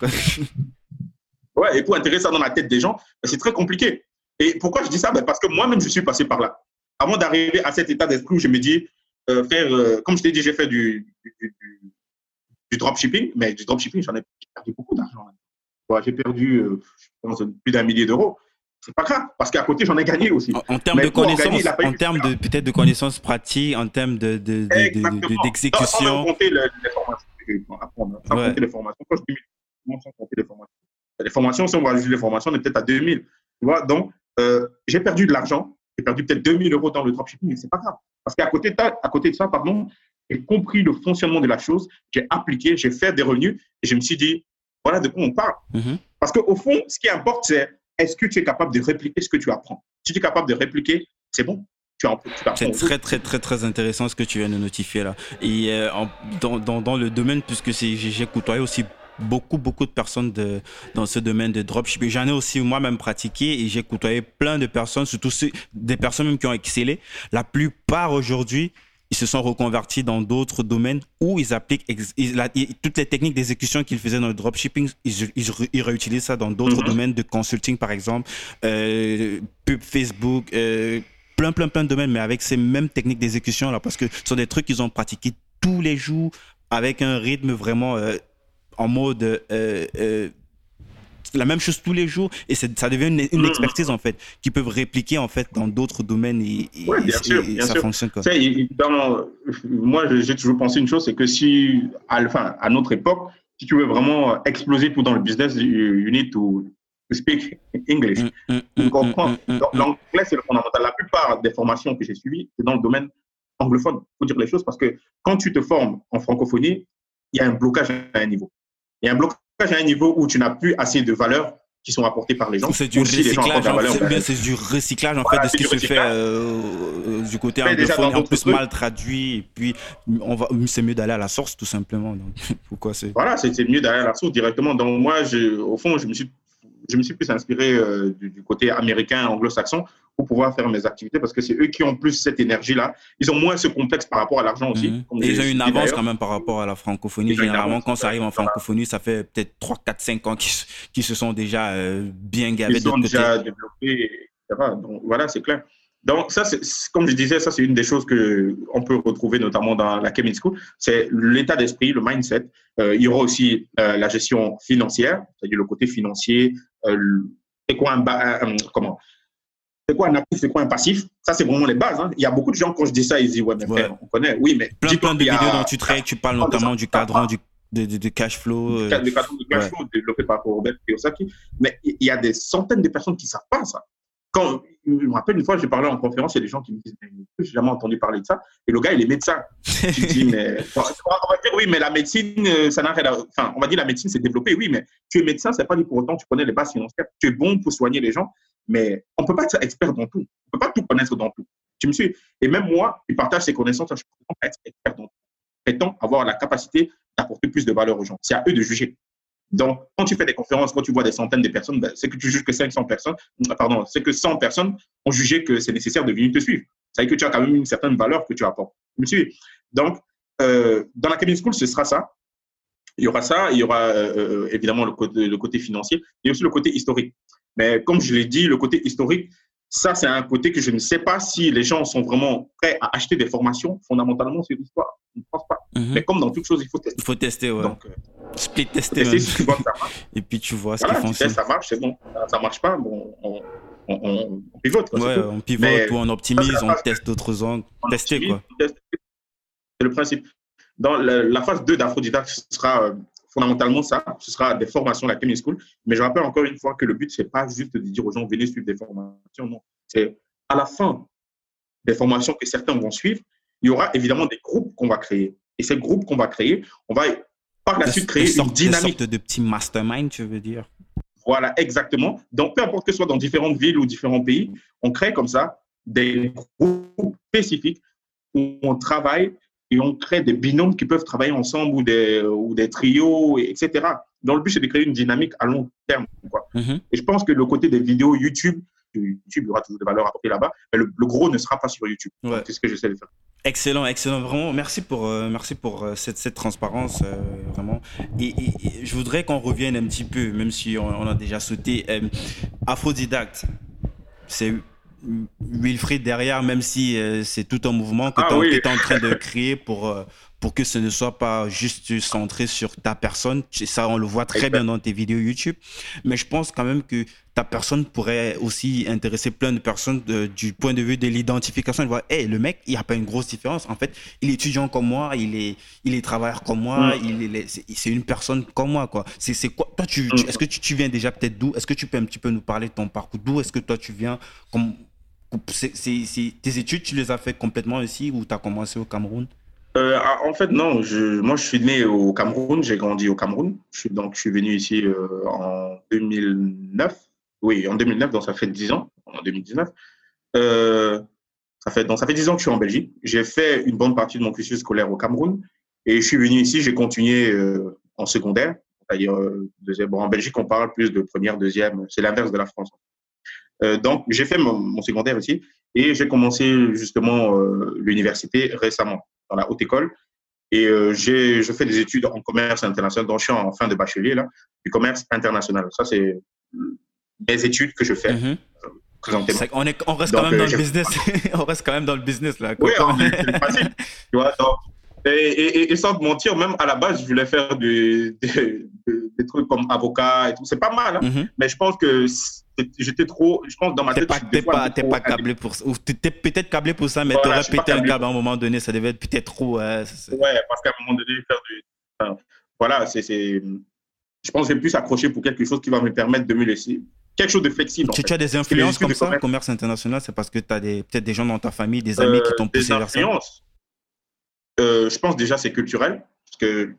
Speaker 2: Ouais, et pour intégrer ça dans la tête des gens, c'est très compliqué. Et pourquoi je dis ça? Parce que moi-même, je suis passé par là. Avant d'arriver à cet état d'esprit où je me dis, comme je t'ai dit, j'ai fait du dropshipping, mais du dropshipping, j'en ai perdu beaucoup d'argent. bon, j'ai perdu je pense, plus d'un millier d'euros. C'est pas grave, parce qu'à côté, j'en ai gagné aussi.
Speaker 1: En termes de connaissances, en termes de peut-être de connaissances pratiques, en termes d'exécution.
Speaker 2: Sans même compter les formations que j'ai pu apprendre. Sans compter les formations. Quand je dis sans compter les formations. Les formations, si on va ajouter les formations, on est peut-être à 2000. Tu vois, donc, j'ai perdu de l'argent. J'ai perdu peut-être 2000 euros dans le dropshipping, mais c'est pas grave. Parce qu'à côté de ça, j'ai compris le fonctionnement de la chose, j'ai appliqué, j'ai fait des revenus et je me suis dit, voilà de quoi on parle. Parce qu'au fond, ce qui importe, c'est est-ce que tu es capable de répliquer ce que tu apprends? Si tu es capable de répliquer, c'est bon.
Speaker 1: C'est très, très, très, très intéressant ce que tu viens de notifier là. Et dans le domaine, puisque j'ai côtoyé aussi beaucoup de personnes dans ce domaine de dropshipping. J'en ai aussi moi-même pratiqué et j'ai côtoyé plein de personnes, surtout des personnes même qui ont excellé. La plupart aujourd'hui, ils se sont reconvertis dans d'autres domaines où ils appliquent toutes les techniques d'exécution qu'ils faisaient dans le dropshipping, ils réutilisent ça dans d'autres domaines de consulting, par exemple, pub Facebook, plein de domaines, mais avec ces mêmes techniques d'exécution là, parce que ce sont des trucs qu'ils ont pratiqués tous les jours avec un rythme vraiment en mode la même chose tous les jours, et ça devient une expertise en fait qu'ils peuvent répliquer en fait dans d'autres domaines et
Speaker 2: bien
Speaker 1: ça
Speaker 2: sûr.
Speaker 1: fonctionne quoi.
Speaker 2: Moi j'ai toujours pensé une chose, c'est que si à notre époque, si tu veux vraiment exploser tout dans le business, you need to speak English. Tu comprends? L'anglais c'est le fondamental. La plupart des formations que j'ai suivies, c'est dans le domaine anglophone. Il faut dire les choses, parce que quand tu te formes en francophonie, il y a un blocage à un niveau. Il y a un blocage à un niveau où tu n'as plus assez de valeurs qui sont apportées par les gens.
Speaker 1: C'est du recyclage, c'est du recyclage en fait de ce qui se fait du côté anglophone, en plus mal traduit, et puis c'est mieux d'aller à la source tout simplement. Donc, pourquoi c'est...
Speaker 2: Voilà, c'est mieux d'aller à la source directement. Donc moi, au fond, je me suis plus inspiré du côté américain, anglo-saxon, pour pouvoir faire mes activités, parce que c'est eux qui ont plus cette énergie-là. Ils ont moins ce complexe par rapport à l'argent aussi.
Speaker 1: Et ils ont une avance quand même par rapport à la francophonie. Généralement, quand ça arrive en francophonie, ça fait peut-être 3, 4, 5 ans qu'ils se sont déjà bien gavés.
Speaker 2: Ils sont déjà développés, etc. Donc voilà, c'est clair. Donc ça, comme je disais, ça c'est une des choses qu'on peut retrouver notamment dans la Kemin School, c'est l'état d'esprit, le mindset. Il y aura aussi la gestion financière, c'est-à-dire le côté financier. C'est quoi c'est quoi un actif, c'est quoi un passif? Ça, c'est vraiment les bases. Hein. Il y a beaucoup de gens, quand je dis ça, ils disent, ouais, mais frère, on connaît. Oui, mais
Speaker 1: plein de vidéos dont tu traites, tu parles notamment du cadran de cash flow.
Speaker 2: Le cadran de cash flow développé par Robert Kiyosaki. Mais il y a des centaines de personnes qui ne savent pas ça. Quand, je me rappelle une fois, j'ai parlé en conférence, il y a des gens qui me disent, je n'ai jamais entendu parler de ça. Et le gars, il est médecin. Je dis, mais on va dire, oui, mais la médecine, ça n'a rien à... Enfin, on va dire, la médecine, c'est développé, oui, mais tu es médecin, c'est pas dit pour autant que tu connais les bases financières. Tu es bon pour soigner les gens, mais on ne peut pas être expert dans tout. On ne peut pas tout connaître dans tout. Tu me suis? Et même moi, qui partage ces connaissances, je ne peux pas être expert dans tout. Prétends avoir la capacité d'apporter plus de valeur aux gens. C'est à eux de juger. Donc, quand tu fais des conférences, quand tu vois des centaines de personnes, ben, c'est que tu juges que 500 personnes, pardon, c'est que 100 personnes ont jugé que c'est nécessaire de venir te suivre. Ça veut dire que tu as quand même une certaine valeur que tu apportes. Tu me suis? Donc, dans la Kemin School, ce sera ça. Il y aura ça, il y aura évidemment le côté financier et aussi le côté historique. Mais comme je l'ai dit, le côté historique, ça, c'est un côté que je ne sais pas si les gens sont vraiment prêts à acheter des formations fondamentalement sur l'histoire. Je ne pense pas. Mais comme dans toute chose, il faut tester.
Speaker 1: Il faut tester, ouais. Donc, split tester.
Speaker 2: Si tu vois que ça marche.
Speaker 1: Et puis tu vois ce qui fonctionne.
Speaker 2: Si ça marche, c'est bon. Ça ne marche pas, bon, on pivote. Quoi,
Speaker 1: ouais, on pivote ou on optimise, on teste d'autres angles. Tester, quoi.
Speaker 2: C'est le principe. Dans la phase 2 d'Aphrodidacte, ce sera fondamentalement ça. Ce sera des formations à la Kemin School. Mais je rappelle encore une fois que le but, ce n'est pas juste de dire aux gens, venez suivre des formations. Non. C'est à la fin des formations que certains vont suivre, il y aura évidemment des groupes qu'on va créer. Et ces groupes qu'on va créer, on va par la suite créer une dynamique.
Speaker 1: De petits masterminds, tu veux dire?
Speaker 2: Voilà, exactement. Donc, peu importe que ce soit dans différentes villes ou différents pays, on crée comme ça des groupes spécifiques où on travaille et on crée des binômes qui peuvent travailler ensemble ou des trios, etc. Donc, le but, c'est de créer une dynamique à long terme. Quoi. Et je pense que le côté des vidéos YouTube, il y aura toujours des valeurs apportées là-bas, mais le gros ne sera pas sur YouTube. Ouais. C'est ce que j'essaie de faire.
Speaker 1: Excellent. Vraiment, merci pour cette transparence, vraiment. Et je voudrais qu'on revienne un petit peu, même si on a déjà sauté. Aphrodidacte, c'est Wilfried derrière, même si c'est tout un mouvement que tu es en train de créer pour pour que ce ne soit pas juste centré sur ta personne. Ça, on le voit très bien dans tes vidéos YouTube. Mais je pense quand même que ta personne pourrait aussi intéresser plein de personnes du point de vue de l'identification. Ils voient, hey, le mec, il n'y a pas une grosse différence. En fait, il est étudiant comme moi, il est travailleur comme moi, c'est une personne comme moi, quoi. C'est quoi? Toi, est-ce que tu viens déjà peut-être d'où? Est-ce que tu peux un petit peu nous parler de ton parcours? D'où est-ce que toi, tu viens? Tes études, tu les as fait complètement ici ou tu as commencé au Cameroun?
Speaker 2: En fait, non. Moi, je suis né au Cameroun. J'ai grandi au Cameroun. Donc, je suis venu ici en 2009. Oui, en 2009, donc ça fait 10 ans. En 2019. Ça fait 10 ans que je suis en Belgique. J'ai fait une bonne partie de mon cursus scolaire au Cameroun. Et je suis venu ici, j'ai continué en secondaire. C'est-à-dire, deuxième. Bon, en Belgique, on parle plus de première, deuxième. C'est l'inverse de la France. Donc, j'ai fait mon secondaire ici. Et j'ai commencé justement l'université récemment, dans la haute école. Et je fais des études en commerce international. Donc, je suis en fin de bachelier, là, du commerce international. Ça, c'est mes études que je fais. Présentement.
Speaker 1: On reste quand même dans le business. On reste quand même dans le business, là.
Speaker 2: Oui, c'est facile. Tu vois, donc, et sans te mentir, même à la base, je voulais faire des trucs comme avocat et tout. C'est pas mal, hein? Mais je pense que j'étais trop. Je pense dans ma tête.
Speaker 1: T'es pas câblé pour ça. Ou t'es peut-être câblé pour ça, mais t'aurais pété un câble à un moment donné. Ça devait être peut-être trop.
Speaker 2: Ouais, parce qu'à un moment donné, voilà, je pense que je vais plus accrocher pour quelque chose qui va me permettre de me laisser. Quelque chose de flexible.
Speaker 1: Tu as des influences comme ça, commerce international? C'est parce que tu as peut-être des gens dans ta famille, des amis qui t'ont poussé vers ça?
Speaker 2: Je pense déjà c'est culturel. Parce que,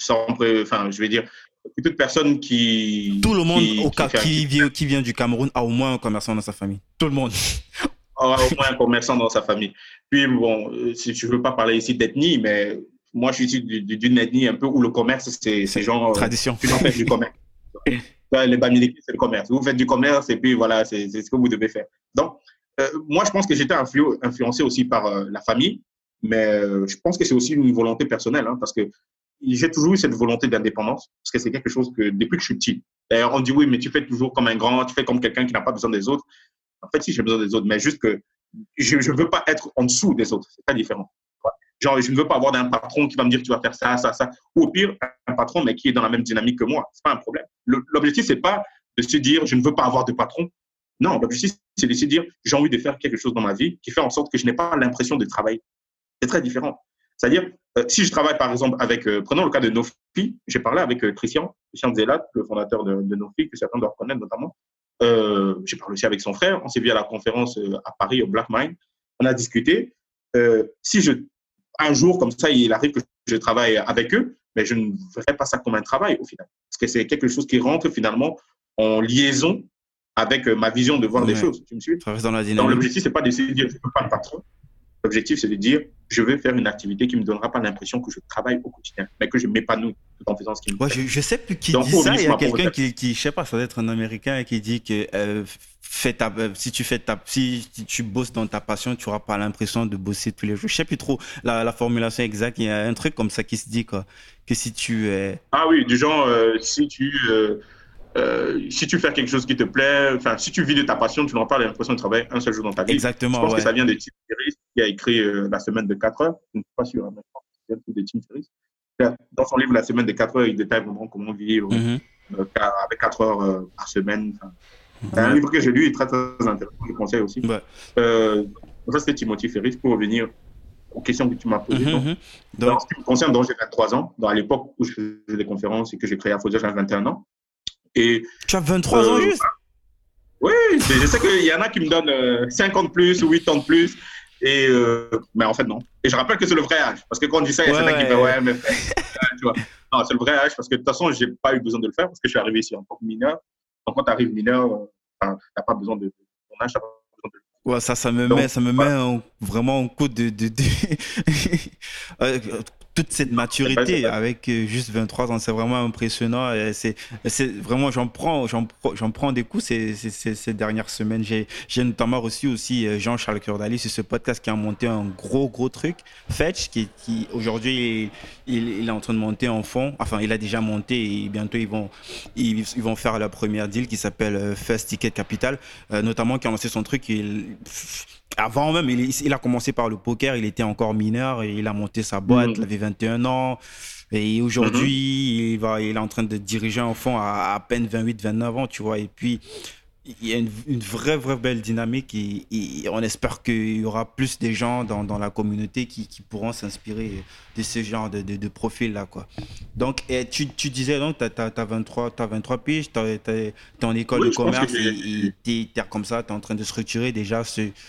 Speaker 2: je vais dire, toute personne qui.
Speaker 1: Tout le monde qui vient du Cameroun a au moins un commerçant dans sa famille. Tout le monde.
Speaker 2: A au moins un commerçant dans sa famille. Puis, bon, si je ne veux pas parler ici d'ethnie, mais moi, je suis issu d'une ethnie un peu où le commerce, c'est genre.
Speaker 1: Tradition.
Speaker 2: Tu en fais du commerce. Les Bamileke, c'est le commerce. Vous faites du commerce et puis voilà, c'est ce que vous devez faire. Donc, moi, je pense que j'étais influencé aussi par la famille, mais je pense que c'est aussi une volonté personnelle, hein, parce que j'ai toujours eu cette volonté d'indépendance, parce que c'est quelque chose que depuis que je suis petit. D'ailleurs, on dit oui, mais tu fais toujours comme un grand, tu fais comme quelqu'un qui n'a pas besoin des autres. En fait, si, j'ai besoin des autres, mais juste que je ne veux pas être en dessous des autres. C'est pas différent. Genre, je ne veux pas avoir un patron qui va me dire tu vas faire ça, ça, ça. Ou au pire, un patron, mais qui est dans la même dynamique que moi. Ce n'est pas un problème. L'objectif, ce n'est pas de se dire je ne veux pas avoir de patron. Non, l'objectif, c'est de se dire j'ai envie de faire quelque chose dans ma vie qui fait en sorte que je n'ai pas l'impression de travailler. C'est très différent. C'est-à-dire, si je travaille par exemple avec, prenons le cas de Nofi, j'ai parlé avec Christian Zelat, le fondateur de Nofi, que certains doivent connaître notamment. J'ai parlé aussi avec son frère. On s'est vu à la conférence à Paris, au Black Mind. On a discuté. Si un jour, comme ça, il arrive que je travaille avec eux, mais je ne verrai pas ça comme un travail au final. Parce que c'est quelque chose qui rentre finalement en liaison avec ma vision de voir des choses. Tu me suis? Donc, l'objectif, ce n'est pas d'essayer de dire je ne peux pas le patron. L'objectif, c'est de dire je veux faire une activité qui ne me donnera pas l'impression que je travaille au quotidien, mais que je m'épanouis tout en faisant ce qui me plaît.
Speaker 1: Je ne sais plus qui dit ça. Il y a quelqu'un qui, je ne sais pas, ça doit être un Américain, qui dit que si tu bosses dans ta passion, tu n'auras pas l'impression de bosser tous les jours. Je ne sais plus trop la formulation exacte. Il y a un truc comme ça qui se dit, quoi, que si tu es…
Speaker 2: Ah oui, du genre, si tu fais quelque chose qui te plaît, enfin, si tu vis de ta passion, tu n'auras pas l'impression de travailler un seul jour dans ta vie.
Speaker 1: Exactement.
Speaker 2: Je pense que ça vient de Tim Ferriss, qui a écrit La semaine de 4 heures. Je ne suis pas sûr, hein, mais je pense que c'est de Tim Ferriss. Dans son livre La semaine de 4 heures, il détaille vraiment comment vivre avec 4 heures par semaine. C'est un livre que j'ai lu, il est très, très intéressant, je le conseille aussi. Ça, c'était Timothy Ferriss, pour revenir aux questions que tu m'as posées. Donc, en ce qui me concerne, j'ai 23 ans. À l'époque où je faisais des conférences et que j'ai créé Afrodia, j'avais 21 ans. Et,
Speaker 1: tu as 23 ans juste?
Speaker 2: Oui, je sais qu'il y en a qui me donnent 50 plus ou 8 ans de plus. Mais en fait, non. Et je rappelle que c'est le vrai âge. Parce que quand on dit ça, il y a certains qui disent ouais, mais tu vois. Non, c'est le vrai âge parce que de toute façon, je n'ai pas eu besoin de le faire parce que je suis arrivé ici en tant que mineur. Donc, quand tu arrives mineur, tu n'as pas besoin de ton âge, tu n'as pas besoin de le
Speaker 1: faire. Ça me met vraiment en coup de toute cette maturité avec juste 23 ans, c'est vraiment impressionnant. C'est vraiment, j'en prends des coups ces dernières semaines. J'ai notamment reçu aussi Jean-Charles Curdali sur ce podcast qui a monté un gros truc. Fetch, qui aujourd'hui, il est en train de monter en fond. Enfin, il a déjà monté et bientôt, ils vont faire la première deal qui s'appelle First Ticket Capital, notamment qui a lancé son truc. Avant même, il a commencé par le poker, il était encore mineur et il a monté sa boîte, il avait 21 ans. Et aujourd'hui, il est en train de diriger un fonds à peine 28, 29 ans, tu vois. Et puis, il y a une vraie belle dynamique et on espère qu'il y aura plus de gens dans la communauté qui pourront s'inspirer de ce genre de profil-là, quoi. Donc, tu disais, donc, t'as 23 piges, t'es en école
Speaker 2: Oui,
Speaker 1: de
Speaker 2: je pense que
Speaker 1: commerce et t'es comme ça, t'es en train de structurer déjà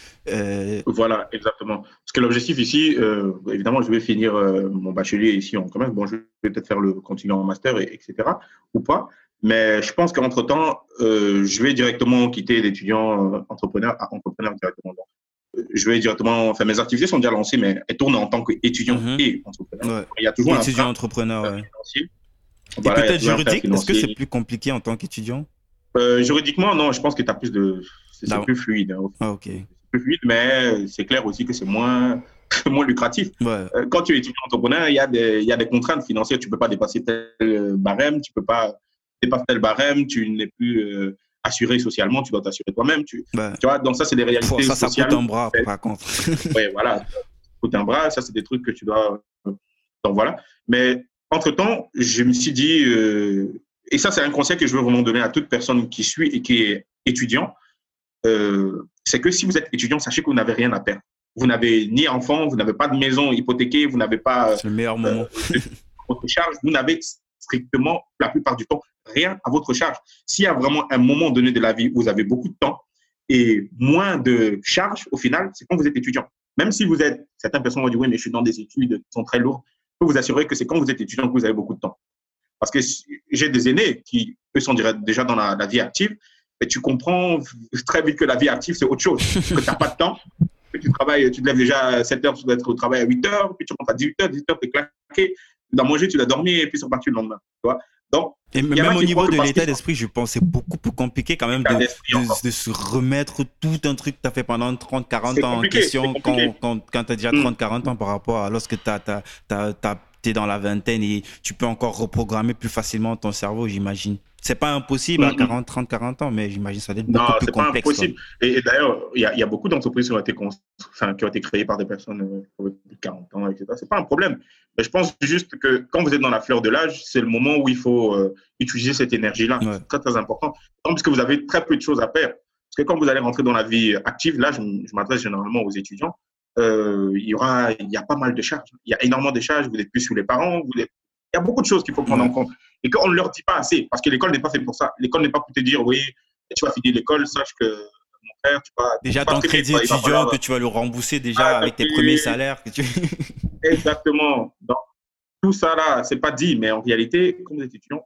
Speaker 2: voilà, exactement. Parce que l'objectif ici, évidemment, je vais finir mon bachelier ici en commerce. Bon, je vais peut-être faire le continuer en master, etc. ou pas. Mais je pense qu'entre-temps, je vais directement quitter d'étudiant entrepreneur à entrepreneur directement. Donc, je vais directement, enfin, mes activités sont déjà lancées, mais elles tournent en tant qu'étudiant
Speaker 1: Mhm.
Speaker 2: et entrepreneur.
Speaker 1: Ouais.
Speaker 2: Il y a toujours un
Speaker 1: Étudiant
Speaker 2: frein
Speaker 1: entrepreneur, ouais.
Speaker 2: financier.
Speaker 1: Et
Speaker 2: Voilà, il y a
Speaker 1: peut-être
Speaker 2: toujours un frein
Speaker 1: juridique, est-ce que c'est
Speaker 2: financier.
Speaker 1: plus compliqué en tant qu'étudiant?
Speaker 2: Juridiquement, non, je pense que tu as plus de. C'est
Speaker 1: Non.
Speaker 2: plus fluide. Hein.
Speaker 1: Ah, ok.
Speaker 2: C'est plus fluide, mais c'est clair aussi que c'est moins, moins lucratif.
Speaker 1: Ouais.
Speaker 2: Quand tu es étudiant entrepreneur, il y a des contraintes financières. Tu ne peux pas dépasser tel barème, tu ne peux pas dépasser tel barème, tu n'es plus assuré socialement, tu dois t'assurer toi-même.
Speaker 1: Ouais.
Speaker 2: Tu vois, donc ça, c'est des réalités
Speaker 1: Ça
Speaker 2: sociales.
Speaker 1: coûte un bras, par contre.
Speaker 2: Oui, voilà. Ça coûte un bras, ça, c'est des trucs que tu dois. Donc voilà. Mais entre-temps, je me suis dit, et ça, c'est un conseil que je veux vraiment donner à toute personne qui suit et qui est étudiant, c'est que si vous êtes étudiant, sachez que vous n'avez rien à perdre. Vous n'avez ni enfant, vous n'avez pas de maison hypothéquée, vous n'avez pas
Speaker 1: C'est le meilleur moment.
Speaker 2: votre charge, vous n'avez strictement, la plupart du temps, rien à votre charge. S'il y a vraiment un moment donné de la vie où vous avez beaucoup de temps et moins de charges, au final, c'est quand vous êtes étudiant. Même si vous êtes, certaines personnes vont dire, oui, mais je suis dans des études qui sont très lourdes, je peux vous assurer que c'est quand vous êtes étudiant que vous avez beaucoup de temps. Parce que j'ai des aînés qui, eux, sont déjà dans la vie active, et tu comprends très vite que la vie active, c'est autre chose. Que tu n'as pas de temps, que tu travailles, tu te lèves déjà à 7 heures, tu dois être au travail à 8 heures, puis tu rentres à 18 heures, 18 heures, tu es claqué, tu dois manger, tu dois dormir, et puis c'est reparti le lendemain. Tu vois. Donc,
Speaker 1: et même au niveau de l'état d'esprit, je pense que c'est beaucoup plus compliqué quand même de se remettre tout un truc que tu as fait pendant 30, 40 ans en question quand tu as déjà 30, 40 ans par rapport à lorsque tu es dans la vingtaine et tu peux encore reprogrammer plus facilement ton cerveau, j'imagine. C'est pas impossible à 40, 30, 40 ans, mais j'imagine que ça doit être beaucoup plus complexe.
Speaker 2: Non, c'est pas impossible. Et d'ailleurs, il y a beaucoup d'entreprises qui ont été créées par des personnes de 40 ans, etc. C'est pas un problème. Mais je pense juste que quand vous êtes dans la fleur de l'âge, c'est le moment où il faut utiliser cette énergie-là. Ouais. C'est très, très important. Parce que vous avez très peu de choses à faire. Parce que quand vous allez rentrer dans la vie active, là, je m'adresse généralement aux étudiants, il y a pas mal de charges. Il y a énormément de charges. Vous n'êtes plus sous les parents. Il y a beaucoup de choses qu'il faut prendre en compte et qu'on ne leur dit pas assez parce que l'école n'est pas faite pour ça. L'école n'est pas pour te dire, oui, tu vas finir l'école, sache que mon frère, tu vas.
Speaker 1: Déjà, ton crédit étudiant que tu vas le rembourser déjà avec tes premiers salaires.
Speaker 2: Exactement. Donc, tout ça là, c'est pas dit, mais en réalité, quand vous êtes étudiant,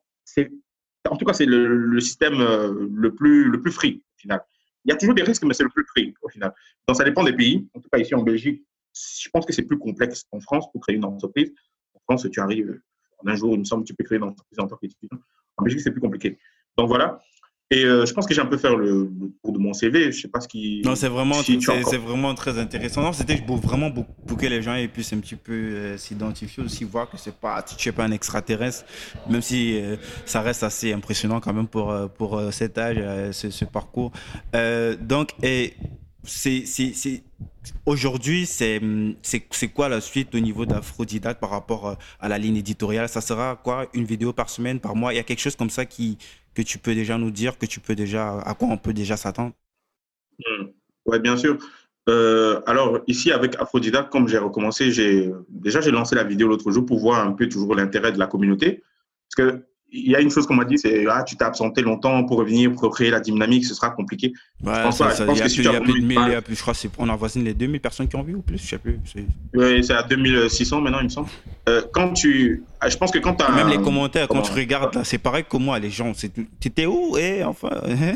Speaker 2: en tout cas, c'est le système le plus free au final. Il y a toujours des risques, mais c'est le plus free au final. Donc, ça dépend des pays. En tout cas, ici en Belgique, je pense que c'est plus complexe qu'en France pour créer une entreprise. En France, tu arrives en un jour, il me semble, tu peux créer une entreprise en tant qu'étudiant. En Belgique, c'est plus compliqué. Donc voilà. Et je pense que j'ai un peu fait le tour de mon CV. Je sais pas ce qui.
Speaker 1: Non, c'est vraiment très intéressant. Non, c'était vraiment pour que les gens puissent un petit peu s'identifier aussi, voir que tu es pas un extraterrestre, même si ça reste assez impressionnant quand même pour cet âge, ce parcours. Donc, aujourd'hui, c'est quoi la suite au niveau d'Aphrodidacte par rapport à la ligne éditoriale? Ça sera quoi? Une vidéo par semaine, par mois? Il y a quelque chose comme ça que tu peux déjà nous dire, à quoi on peut déjà s'attendre?
Speaker 2: Oui, bien sûr. Alors, ici, avec Aphrodidacte, comme j'ai recommencé, j'ai lancé la vidéo l'autre jour pour voir un peu toujours l'intérêt de la communauté. Parce que il y a une chose qu'on m'a dit, c'est tu t'es absenté longtemps pour revenir, pour créer la dynamique, ce sera compliqué.
Speaker 1: Ouais, je pense que si tu as plus de 1000, je crois qu'on avoisine les 2000 personnes qui ont vu ou plus, je sais plus.
Speaker 2: Oui, c'est à 2600 maintenant, il me semble. Je pense que quand tu as.
Speaker 1: Même les commentaires, quand tu regardes, là, c'est pareil que moi, les gens, t'étais où? Et enfin.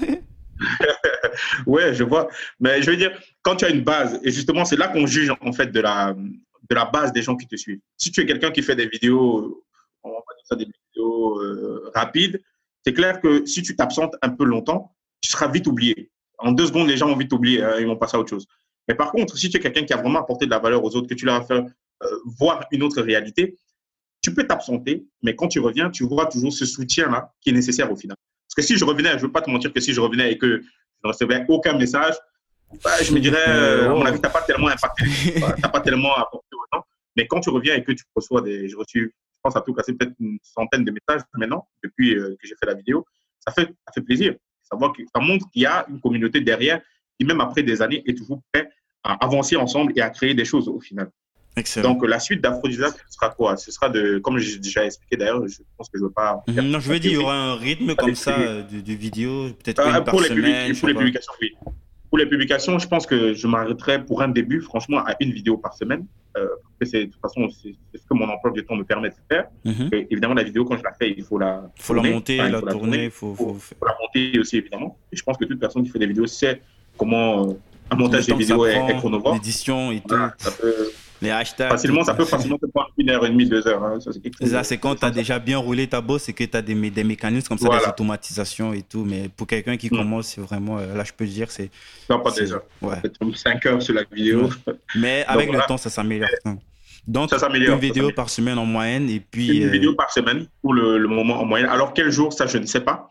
Speaker 2: Ouais, je vois. Mais je veux dire, quand tu as une base, et justement, c'est là qu'on juge en fait de la base des gens qui te suivent. Si tu es quelqu'un qui fait des vidéos, on va dire ça, des vidéos rapides, c'est clair que si tu t'absentes un peu longtemps, tu seras vite oublié. En 2 secondes, les gens vont vite oublier, ils vont passer à autre chose. Mais par contre, si tu es quelqu'un qui a vraiment apporté de la valeur aux autres, que tu leur as fait voir une autre réalité, tu peux t'absenter, mais quand tu reviens, tu vois toujours ce soutien-là qui est nécessaire au final. Parce que si je revenais, je ne veux pas te mentir que si je revenais et que je ne recevais aucun message, je me dirais, à mon avis, tu n'as pas tellement impacté, tu n'as pas tellement apporté autant. Mais quand tu reviens et que tu reçois j'ai reçu, je pense à tout casser, peut-être une centaine de messages maintenant, depuis que j'ai fait la vidéo, ça fait plaisir. Ça montre qu'il y a une communauté derrière qui, même après des années, est toujours prêt à avancer ensemble et à créer des choses au final.
Speaker 1: Excellent.
Speaker 2: Donc, la suite d'Aphrodisiaque, ce sera quoi? Ce sera comme j'ai déjà expliqué d'ailleurs, je pense que je ne veux pas.
Speaker 1: Non, je veux dire, il y aura un rythme comme ça de vidéos, peut-être une par semaine.
Speaker 2: Pour les publications, oui. Pour les publications, je pense que je m'arrêterai pour un début, franchement, à une vidéo par semaine. Parce que de toute façon, c'est ce que mon emploi du temps me permet de faire. Et évidemment, la vidéo, quand je la fais, il faut la
Speaker 1: monter, la tourner. Il faut
Speaker 2: la monter aussi, évidemment. Et je pense que toute personne qui fait des vidéos sait comment un montage de vidéo est chronovore.
Speaker 1: L'édition et tout.
Speaker 2: Ça peut,
Speaker 1: les hashtags.
Speaker 2: ça peut facilement te prendre 1h30, 2h. Hein.
Speaker 1: C'est quand tu as déjà bien roulé ta bosse et que tu as des mécanismes comme ça, des automatisations et tout. Mais pour quelqu'un qui commence, c'est vraiment, là, je peux te dire, c'est.
Speaker 2: Non, pas déjà.
Speaker 1: Ouais.
Speaker 2: Peut-être 5 heures sur la vidéo.
Speaker 1: Ouais. Mais avec le temps, ça s'améliore. Donc,
Speaker 2: ça s'améliore,
Speaker 1: une vidéo par semaine en moyenne. Et puis,
Speaker 2: une vidéo par semaine pour le moment en moyenne. Alors, quel jour, ça, je ne sais pas.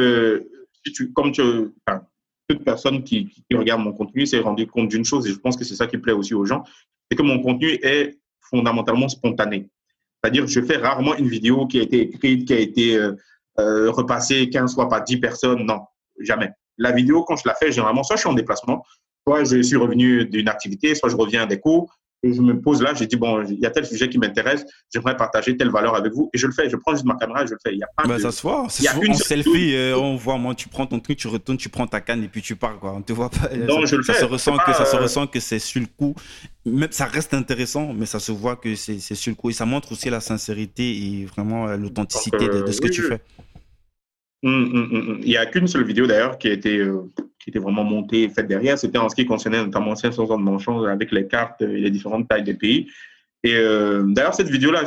Speaker 2: Toute personne qui regarde mon contenu s'est rendu compte d'une chose, et je pense que c'est ça qui plaît aussi aux gens, c'est que mon contenu est fondamentalement spontané. C'est-à-dire que je fais rarement une vidéo qui a été écrite, qui a été repassée 15 fois par 10 personnes. Non, jamais. La vidéo, quand je la fais, généralement, soit je suis en déplacement, soit je suis revenu d'une activité, soit je reviens des cours, et je me pose là, je dis, bon, il y a tel sujet qui m'intéresse, j'aimerais partager telle valeur avec vous, et je le fais, je prends juste ma caméra et je le fais. Il y a pas
Speaker 1: ça se voit, en selfie, on voit, moi, tu prends ton truc, tu retournes, tu prends ta canne et puis tu pars, quoi. On te voit pas.
Speaker 2: Non, je le fais.
Speaker 1: Ça se ressent que c'est sur le coup. Même, ça reste intéressant, mais ça se voit que c'est sur le coup. Et ça montre aussi la sincérité et vraiment l'authenticité de ce que tu fais.
Speaker 2: Il n'y a qu'une seule vidéo d'ailleurs qui était vraiment montée et faite derrière. C'était en ce qui concernait notamment 500 ans de Longchamp avec les cartes et les différentes tailles des pays. Et d'ailleurs, cette vidéo-là,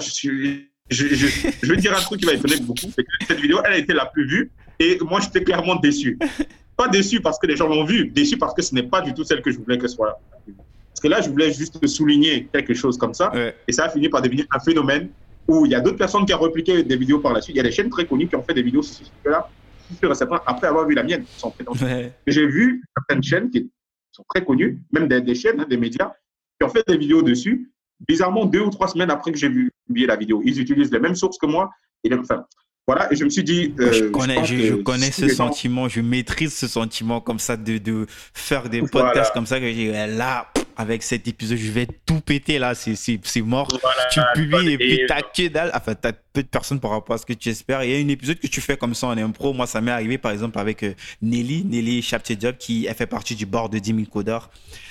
Speaker 2: je vais dire un truc qui va étonner beaucoup, c'est que cette vidéo, elle a été la plus vue et moi, j'étais clairement déçu. Pas déçu parce que les gens l'ont vue, déçu parce que ce n'est pas du tout celle que je voulais que ce soit. Parce que là, je voulais juste souligner quelque chose comme ça et ça a fini par devenir un phénomène où il y a d'autres personnes qui ont répliqué des vidéos par la suite. Il y a des chaînes très connues qui ont fait des vidéos sur ce sujet-là, après avoir vu la mienne. J'ai vu certaines chaînes qui sont très connues, même des chaînes, des médias, qui ont fait des vidéos dessus. Bizarrement, 2 ou 3 semaines après que j'ai vu publier la vidéo, ils utilisent les mêmes sources que moi. Voilà, et je me suis dit.
Speaker 1: Je connais ce sentiment, je maîtrise ce sentiment comme ça de faire des podcasts comme ça que j'ai là. Avec cet épisode, je vais tout péter là, c'est mort. Voilà, tu publies et puis t'as que dalle. Enfin, t'as peu de personnes par rapport à ce que tu espères. Il y a un épisode que tu fais comme ça en impro. Moi, ça m'est arrivé par exemple avec Nelly Chaptier-Job qui fait partie du board de 10 000 codeurs.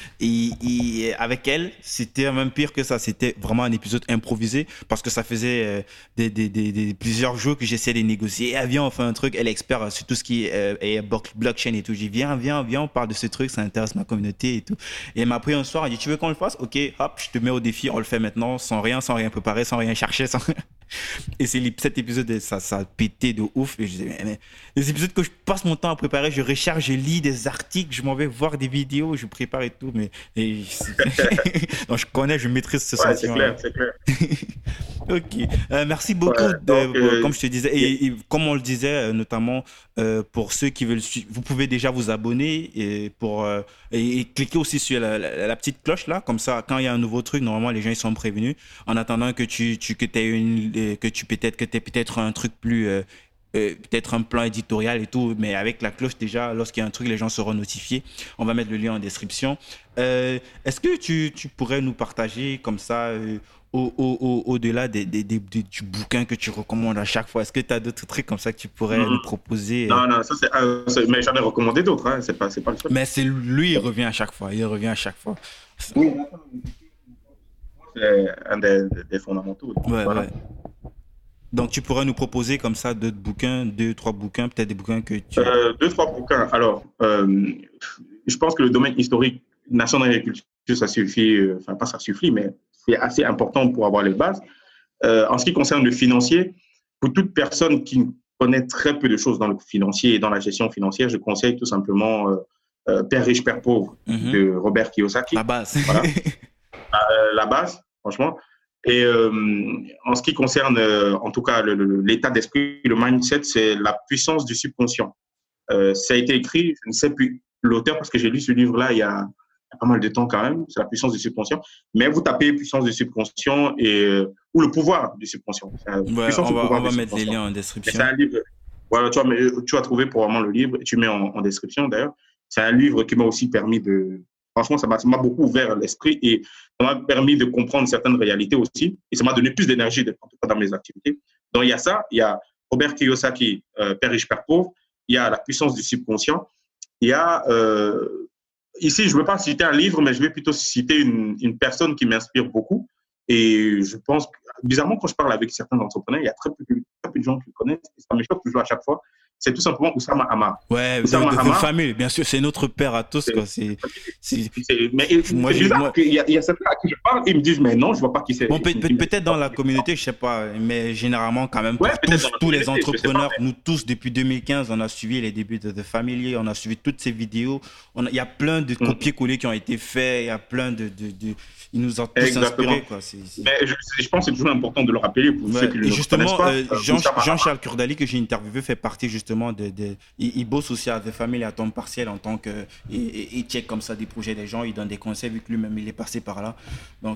Speaker 1: Et avec elle, c'était même pire que ça. C'était vraiment un épisode improvisé parce que ça faisait plusieurs jours que j'essayais de négocier. Et viens, on fait un truc. Elle est experte sur tout ce qui est blockchain et tout. J'ai dit, viens, on parle de ce truc, ça intéresse ma communauté et tout. Et elle m'a pris un soir, elle dit, tu veux qu'on le fasse? Ok, hop, je te mets au défi, on le fait maintenant, sans rien préparer, sans rien chercher. Et cet épisode, ça a pété de ouf. Et je disais, mais les épisodes que je passe mon temps à préparer, je recherche, je lis des articles, je m'en vais voir des vidéos, je prépare et tout. Donc, je connais, je maîtrise ce sentiment.
Speaker 2: C'est clair.
Speaker 1: Ok. Merci beaucoup. Comme je te disais, et comme on le disait, notamment pour ceux qui veulent suivre, vous pouvez déjà vous abonner et cliquer aussi sur la petite cloche là. Comme ça, quand il y a un nouveau truc, normalement, les gens ils sont prévenus. En attendant que tu aies peut-être un truc plus. Peut-être un plan éditorial et tout, mais avec la cloche déjà, lorsqu'il y a un truc, les gens seront notifiés. On va mettre le lien en description. Est-ce que tu pourrais nous partager comme ça, au-delà du bouquin que tu recommandes à chaque fois, est-ce que tu as d'autres trucs comme ça que tu pourrais nous proposer?
Speaker 2: Non, ça mais j'en ai recommandé d'autres, hein. C'est pas le seul.
Speaker 1: Mais c'est lui, il revient à chaque fois.
Speaker 2: Oui, c'est un des fondamentaux.
Speaker 1: Ouais. Donc, tu pourrais nous proposer comme ça d'autres bouquins, 2-3 bouquins, peut-être des bouquins que tu...
Speaker 2: 2-3 bouquins. Alors, je pense que le domaine historique, nation d'agriculture, ça suffit, pas ça suffit, mais c'est assez important pour avoir les bases. En ce qui concerne le financier, pour toute personne qui connaît très peu de choses dans le financier et dans la gestion financière, je conseille tout simplement Père riche, Père pauvre de Robert Kiyosaki.
Speaker 1: La base.
Speaker 2: Voilà. La base, franchement. Et en ce qui concerne, en tout cas, l'état d'esprit, le mindset, c'est la puissance du subconscient. Ça a été écrit, je ne sais plus l'auteur, parce que j'ai lu ce livre-là il y a il y a pas mal de temps quand même, c'est la puissance du subconscient. Mais vous tapez puissance du subconscient ou le pouvoir du subconscient.
Speaker 1: Ouais,
Speaker 2: Puissance ou
Speaker 1: on
Speaker 2: pouvoir du
Speaker 1: va mettre les
Speaker 2: subconscient.
Speaker 1: liens en
Speaker 2: Mais c'est
Speaker 1: description.
Speaker 2: un livre. Voilà, tu vas trouver probablement le livre et tu mets en description d'ailleurs. C'est un livre qui m'a aussi permis de. Franchement, ça m'a beaucoup ouvert l'esprit et ça m'a permis de comprendre certaines réalités aussi. Et ça m'a donné plus d'énergie dans mes activités. Donc, il y a ça. Il y a Robert Kiyosaki, Père riche, Père pauvre. Il y a la puissance du subconscient. Il y a. Ici, je ne veux pas citer un livre, mais je vais plutôt citer une personne qui m'inspire beaucoup. Et je pense, bizarrement, quand je parle avec certains entrepreneurs, il y a très peu de gens qui le connaissent. Et ça me choque toujours à chaque fois. C'est tout simplement Oussama Hamar.
Speaker 1: Ouais,
Speaker 2: Oussama
Speaker 1: de
Speaker 2: Hamar,
Speaker 1: famille, bien sûr, c'est notre père à tous, quoi.
Speaker 2: mais
Speaker 1: Moi,
Speaker 2: c'est bizarre qu'il y a certains à qui je parle, ils me disent, mais non, je ne vois pas qui c'est.
Speaker 1: bon, peut-être dans la communauté, je sais pas, mais généralement, quand même,
Speaker 2: Ouais,
Speaker 1: pour
Speaker 2: peut-être dans la
Speaker 1: tous les
Speaker 2: communauté, je sais pas.
Speaker 1: entrepreneurs, nous tous, depuis 2015, on a suivi les débuts de The Family, on a suivi toutes ces vidéos. Il y a plein de copier-coller qui ont été faits, il y a plein ils nous ont tous
Speaker 2: Exactement.
Speaker 1: inspirés, quoi.
Speaker 2: Mais je pense que c'est toujours important de le rappeler pour ceux qui
Speaker 1: Et
Speaker 2: ne le connaissent
Speaker 1: justement,
Speaker 2: pas.
Speaker 1: Jean-Charles Kurdali, que j'ai interviewé, fait partie justement il bosse aussi à The Family à temps partiel en tant que. Il check comme ça des projets des gens, il donne des conseils, vu que lui-même il est passé par là. Donc,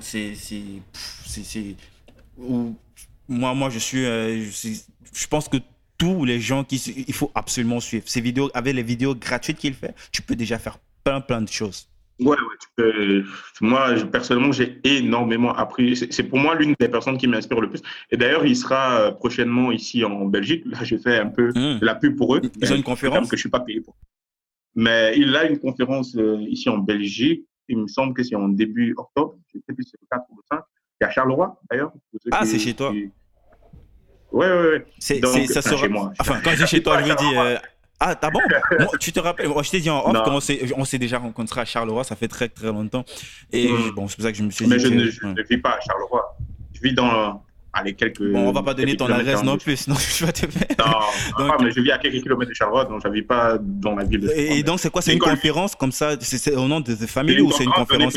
Speaker 1: moi, je pense que tous les gens il faut absolument suivre ces vidéos. Avec les vidéos gratuites qu'il fait, tu peux déjà faire plein de choses.
Speaker 2: Ouais, moi, personnellement, j'ai énormément appris. C'est pour moi l'une des personnes qui m'inspire le plus. Et d'ailleurs, il sera prochainement ici en Belgique. Là, je fais un peu de la pub pour eux.
Speaker 1: Ils ont une conférence
Speaker 2: que je ne suis pas payé pour. Mais il a une conférence ici en Belgique. Il me semble que c'est en début octobre. Je ne sais plus si c'est le 4 ou le 5. C'est à Charleroi, d'ailleurs.
Speaker 1: Ah, c'est chez toi.
Speaker 2: Ouais.
Speaker 1: Donc, ça sera.
Speaker 2: Chez moi.
Speaker 1: Enfin, quand je dis chez toi, je veux dire. Ah, t'as bon? Moi, tu te rappelles, moi, je t'ai dit en off qu'on s'est déjà rencontrés à Charleroi, ça fait très longtemps. Et bon, c'est pour ça que je me suis dit.
Speaker 2: Mais je ne vis pas à Charleroi. Je vis dans quelques.
Speaker 1: Bon, on va pas donner ton adresse non plus, sinon je vais te faire.
Speaker 2: Non, mais je vis à quelques kilomètres de Charleroi, donc je ne vis pas dans la ville de Charleroi.
Speaker 1: Et donc, c'est quoi? C'est une conférence comme ça? C'est au nom de The Family ou c'est une conférence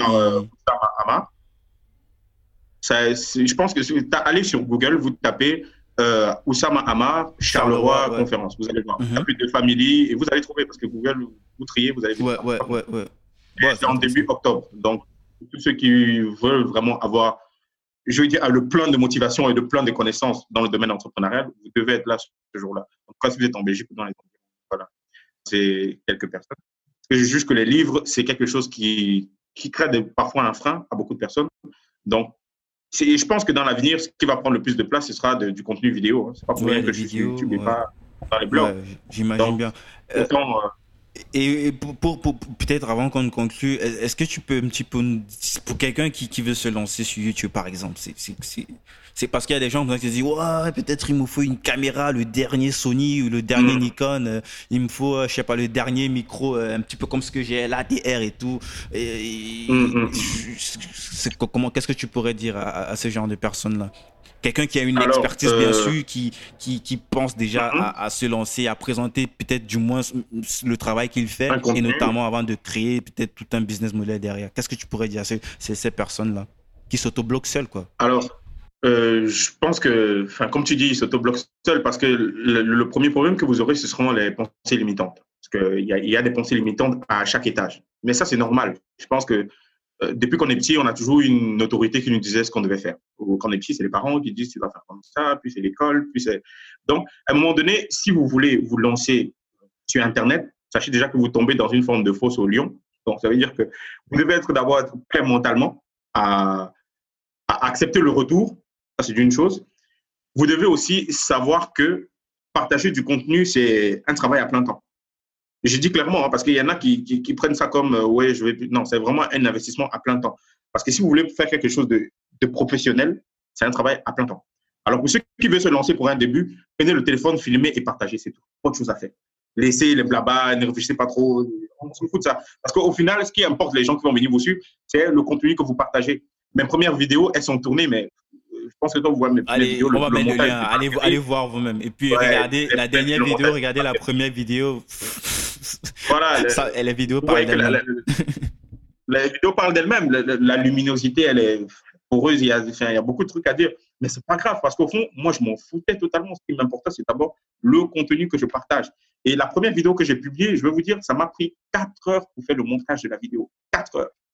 Speaker 2: je pense que allez sur Google, vous tapez Oussama Hamar, Charleroi conférence. Vous allez voir. Tapez de Family et vous allez trouver, parce que Google, vous triez, vous allez voir.
Speaker 1: Ouais.
Speaker 2: C'est en début octobre. Donc, tous ceux qui veulent vraiment avoir, je veux dire, le plein de motivation et le plein de connaissances dans le domaine entrepreneurial, vous devez être là ce jour-là. En tout cas, si vous êtes en Belgique ou dans les voilà. C'est quelques personnes. Parce que je juge que les livres, c'est quelque chose qui crée parfois un frein à beaucoup de personnes. Donc, je pense que dans l'avenir, ce qui va prendre le plus de place, ce sera du contenu vidéo. C'est pas pour rien que je suis sur YouTube et pas dans les blogs.
Speaker 1: J'imagine bien. Et pour peut-être avant qu'on conclue, est-ce que tu peux un petit peu, pour quelqu'un qui veut se lancer sur YouTube par exemple, c'est parce qu'il y a des gens qui se disent ouais, peut-être il me faut une caméra, le dernier Sony ou le dernier Nikon, il me faut je sais pas le dernier micro, un petit peu comme ce que j'ai l'ADR et tout. Qu'est-ce que tu pourrais dire à ce genre de personnes là? Quelqu'un qui a une expertise bien sûr, qui pense déjà à se lancer, à présenter peut-être du moins le travail qu'il fait et notamment avant de créer peut-être tout un business model derrière. Qu'est-ce que tu pourrais dire à ces personnes-là qui s'autobloquent seules quoi?
Speaker 2: Alors, je pense que, comme tu dis, ils s'autobloquent seuls parce que le premier problème que vous aurez, ce seront les pensées limitantes. Parce qu'il y a des pensées limitantes à chaque étage. Mais ça, c'est normal. Je pense que depuis qu'on est petit, on a toujours une autorité qui nous disait ce qu'on devait faire. Ou quand on est petit, c'est les parents qui disent tu dois faire comme ça, puis c'est l'école, puis c'est. Donc, à un moment donné, si vous voulez vous lancer sur Internet, sachez déjà que vous tombez dans une forme de fosse au lion. Donc, ça veut dire que vous devez d'abord être prêt mentalement à accepter le retour. Ça, c'est une chose. Vous devez aussi savoir que partager du contenu, c'est un travail à plein temps. Je dis clairement, parce qu'il y en a qui prennent ça comme ouais, je vais. Non, c'est vraiment un investissement à plein temps. Parce que si vous voulez faire quelque chose de professionnel, c'est un travail à plein temps. Alors, pour ceux qui veulent se lancer pour un début, prenez le téléphone, filmez et partagez, c'est tout. Pas de choses à faire. Laissez les blabla, ne réfléchissez pas trop. On s'en fout de ça. Parce qu'au final, ce qui importe, les gens qui vont venir vous suivre, c'est le contenu que vous partagez. Mes premières vidéos, elles sont tournées, mais je pense que quand vous voyez mes premières vidéos,
Speaker 1: on va mettre le lien. Allez voir vous-même. Et puis, regardez la dernière vidéo, regardez la première vidéo.
Speaker 2: Voilà.
Speaker 1: Les vidéos parlent d'elles-mêmes.
Speaker 2: Les vidéos parlent d'elles-mêmes. La luminosité, elle est poreuse. Il y a beaucoup de trucs à dire. Mais ce n'est pas grave parce qu'au fond, moi, je m'en foutais totalement. Ce qui m'importait, c'est d'abord le contenu que je partage. Et la première vidéo que j'ai publiée, je vais vous dire, ça m'a pris 4 heures pour faire le montage de la vidéo. 4 heures.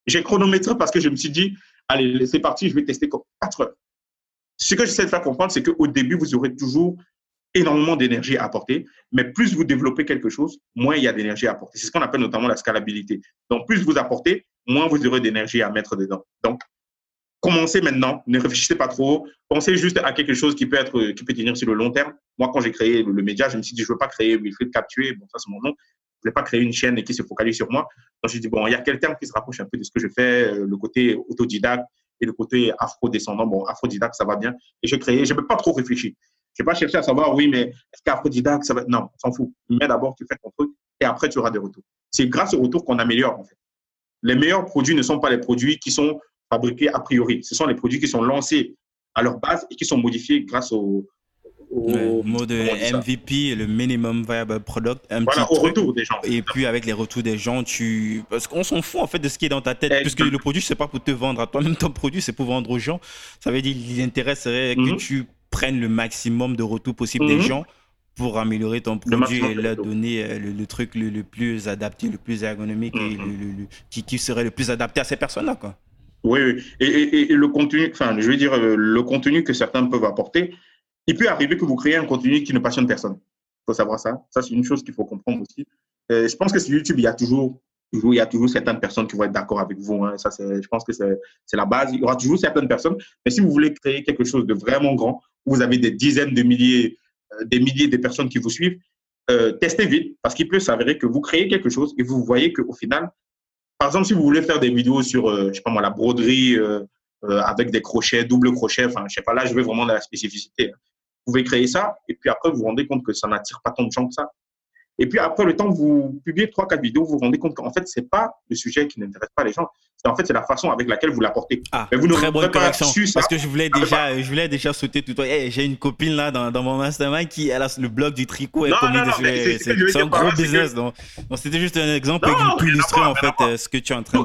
Speaker 2: J'ai chronométré parce que je me suis dit, allez, c'est parti, je vais tester 4 heures. Ce que j'essaie de faire comprendre, c'est qu'au début, vous aurez toujours énormément d'énergie à apporter, mais plus vous développez quelque chose, moins il y a d'énergie à apporter. C'est ce qu'on appelle notamment la scalabilité. Donc, plus vous apportez, moins vous aurez d'énergie à mettre dedans. Donc, commencez maintenant, ne réfléchissez pas trop, pensez juste à quelque chose qui peut tenir sur le long terme. Moi, quand j'ai créé le média, je me suis dit, je ne veux pas créer Wilfried Captué, bon, ça c'est mon nom, je ne voulais pas créer une chaîne qui se focalise sur moi. Donc, j'ai dit, bon, il y a quel terme qui se rapproche un peu de ce que je fais, le côté autodidacte et le côté afro-descendant. Bon, afrodidacte, ça va bien. Et j'ai créé, je n'ai pas trop réfléchi. Je n'ai pas cherché à savoir, oui, mais est-ce qu'afrodidacte, ça va... Non, on s'en fout. Mais d'abord, tu fais ton truc et après, tu auras des retours. C'est grâce aux retours qu'on améliore, en fait. Les meilleurs produits ne sont pas les produits qui sont fabriqués a priori. Ce sont les produits qui sont lancés à leur base et qui sont modifiés grâce
Speaker 1: le mot de MVP, le minimum viable product,
Speaker 2: voilà, au retour des gens.
Speaker 1: Et puis avec les retours des gens, parce qu'on s'en fout en fait de ce qui est dans ta tête, puisque le produit c'est pas pour te vendre à toi-même, ton produit c'est pour vendre aux gens. Ça veut dire l'intérêt serait que tu prennes le maximum de retours possible des gens pour améliorer ton produit et leur donner le truc le plus adapté, le plus ergonomique et qui serait le plus adapté à ces personnes-là, quoi.
Speaker 2: Oui, et le contenu, enfin, je veux dire, le contenu que certains peuvent apporter, il peut arriver que vous créez un contenu qui ne passionne personne. Il faut savoir ça. Ça, c'est une chose qu'il faut comprendre aussi. Je pense que sur YouTube, il y a toujours certaines personnes qui vont être d'accord avec vous. Hein. Ça, je pense que c'est la base. Il y aura toujours certaines personnes. Mais si vous voulez créer quelque chose de vraiment grand, où vous avez des dizaines de milliers, des milliers de personnes qui vous suivent, testez vite, parce qu'il peut s'avérer que vous créez quelque chose et vous voyez qu'au final, par exemple, si vous voulez faire des vidéos sur, je sais pas moi, la broderie avec des crochets, double crochet, enfin, je sais pas, là, je vais vraiment dans la spécificité. Vous pouvez créer ça, et puis après, vous vous rendez compte que ça n'attire pas tant de gens que ça. Et puis après, le temps que vous publiez 3-4 vidéos, vous vous rendez compte qu'en fait, c'est pas le sujet qui n'intéresse pas les gens. C'est la façon avec laquelle vous l'apportez.
Speaker 1: Mais vous très bonne correction. Parce que je voulais déjà sauter tout toi. Hey, j'ai une copine là dans mon mastermind qui elle a le blog du tricot. C'est un gros business. Donc c'était juste un exemple pour illustrer en fait ce que tu es en train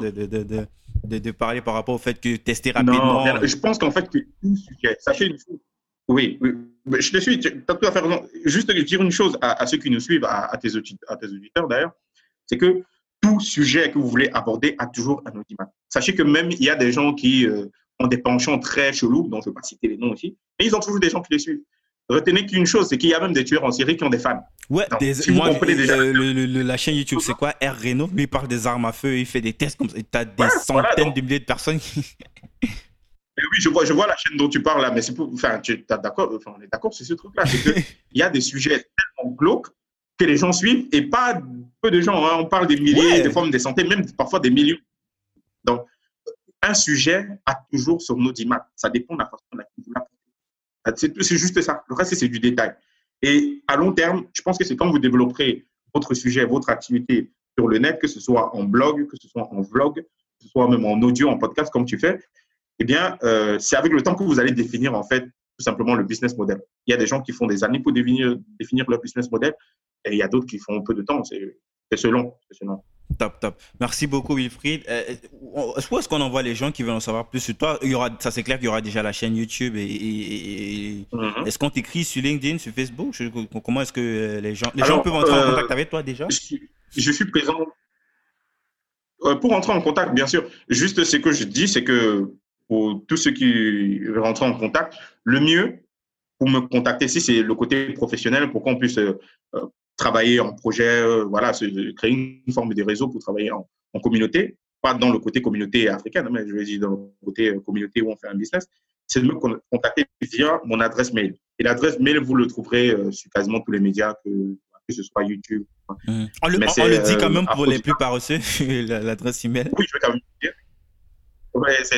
Speaker 1: de parler par rapport au fait que tester rapidement.
Speaker 2: Non, je pense qu'en fait, sachez une chose. Oui, je te suis, tu as tout à fait raison. Juste dire une chose à ceux qui nous suivent, à tes auditeurs d'ailleurs, c'est que tout sujet que vous voulez aborder a toujours un audimat. Sachez que même il y a des gens qui ont des penchants très chelous, dont je ne vais pas citer les noms aussi, mais ils ont toujours des gens qui les suivent. Retenez qu'une chose, c'est qu'il y a même des tueurs en série qui ont des fans.
Speaker 1: Ouais, si moi, la chaîne YouTube, c'est quoi? R. Reno, lui, il parle des armes à feu, il fait des tests comme ça. Tu as des centaines de milliers de personnes qui...
Speaker 2: Oui, je vois la chaîne dont tu parles là, mais c'est on est d'accord sur ce truc-là. C'est qu'il y a des sujets tellement glauques que les gens suivent et pas peu de gens. Hein, on parle des milliers, des fois des centaines, même parfois des millions. Donc, un sujet a toujours son audimat. Ça dépend de la façon dont vous l'apportez. C'est juste ça. Le reste, c'est du détail. Et à long terme, je pense que c'est quand vous développerez votre sujet, votre activité sur le net, que ce soit en blog, que ce soit en vlog, que ce soit même en audio, en podcast, comme tu fais, eh bien, c'est avec le temps que vous allez définir, en fait, tout simplement le business model. Il y a des gens qui font des années pour définir leur business model et il y a d'autres qui font peu de temps. C'est selon.
Speaker 1: Top. Merci beaucoup, Wilfried. Où est-ce qu'on envoie les gens qui veulent en savoir plus sur toi? Ça, c'est clair qu'il y aura déjà la chaîne YouTube. Est-ce qu'on t'écrit sur LinkedIn, sur Facebook? Comment est-ce que les gens peuvent entrer en contact avec toi déjà?
Speaker 2: Je suis présent. Pour entrer en contact, bien sûr. Juste ce que je dis, c'est que pour tous ceux qui veulent rentrer en contact, le mieux pour me contacter, si c'est le côté professionnel, pour qu'on puisse travailler en projet, créer une forme de réseau pour travailler en communauté, pas dans le côté communauté africaine, mais je veux dire dans le côté communauté où on fait un business, c'est de me contacter via mon adresse mail. Et l'adresse mail, vous le trouverez sur quasiment tous les médias, que ce soit YouTube.
Speaker 1: On le dit quand même pour les plus paresseux, l'adresse email.
Speaker 2: Oui, je vais quand même le dire. Ouais, c'est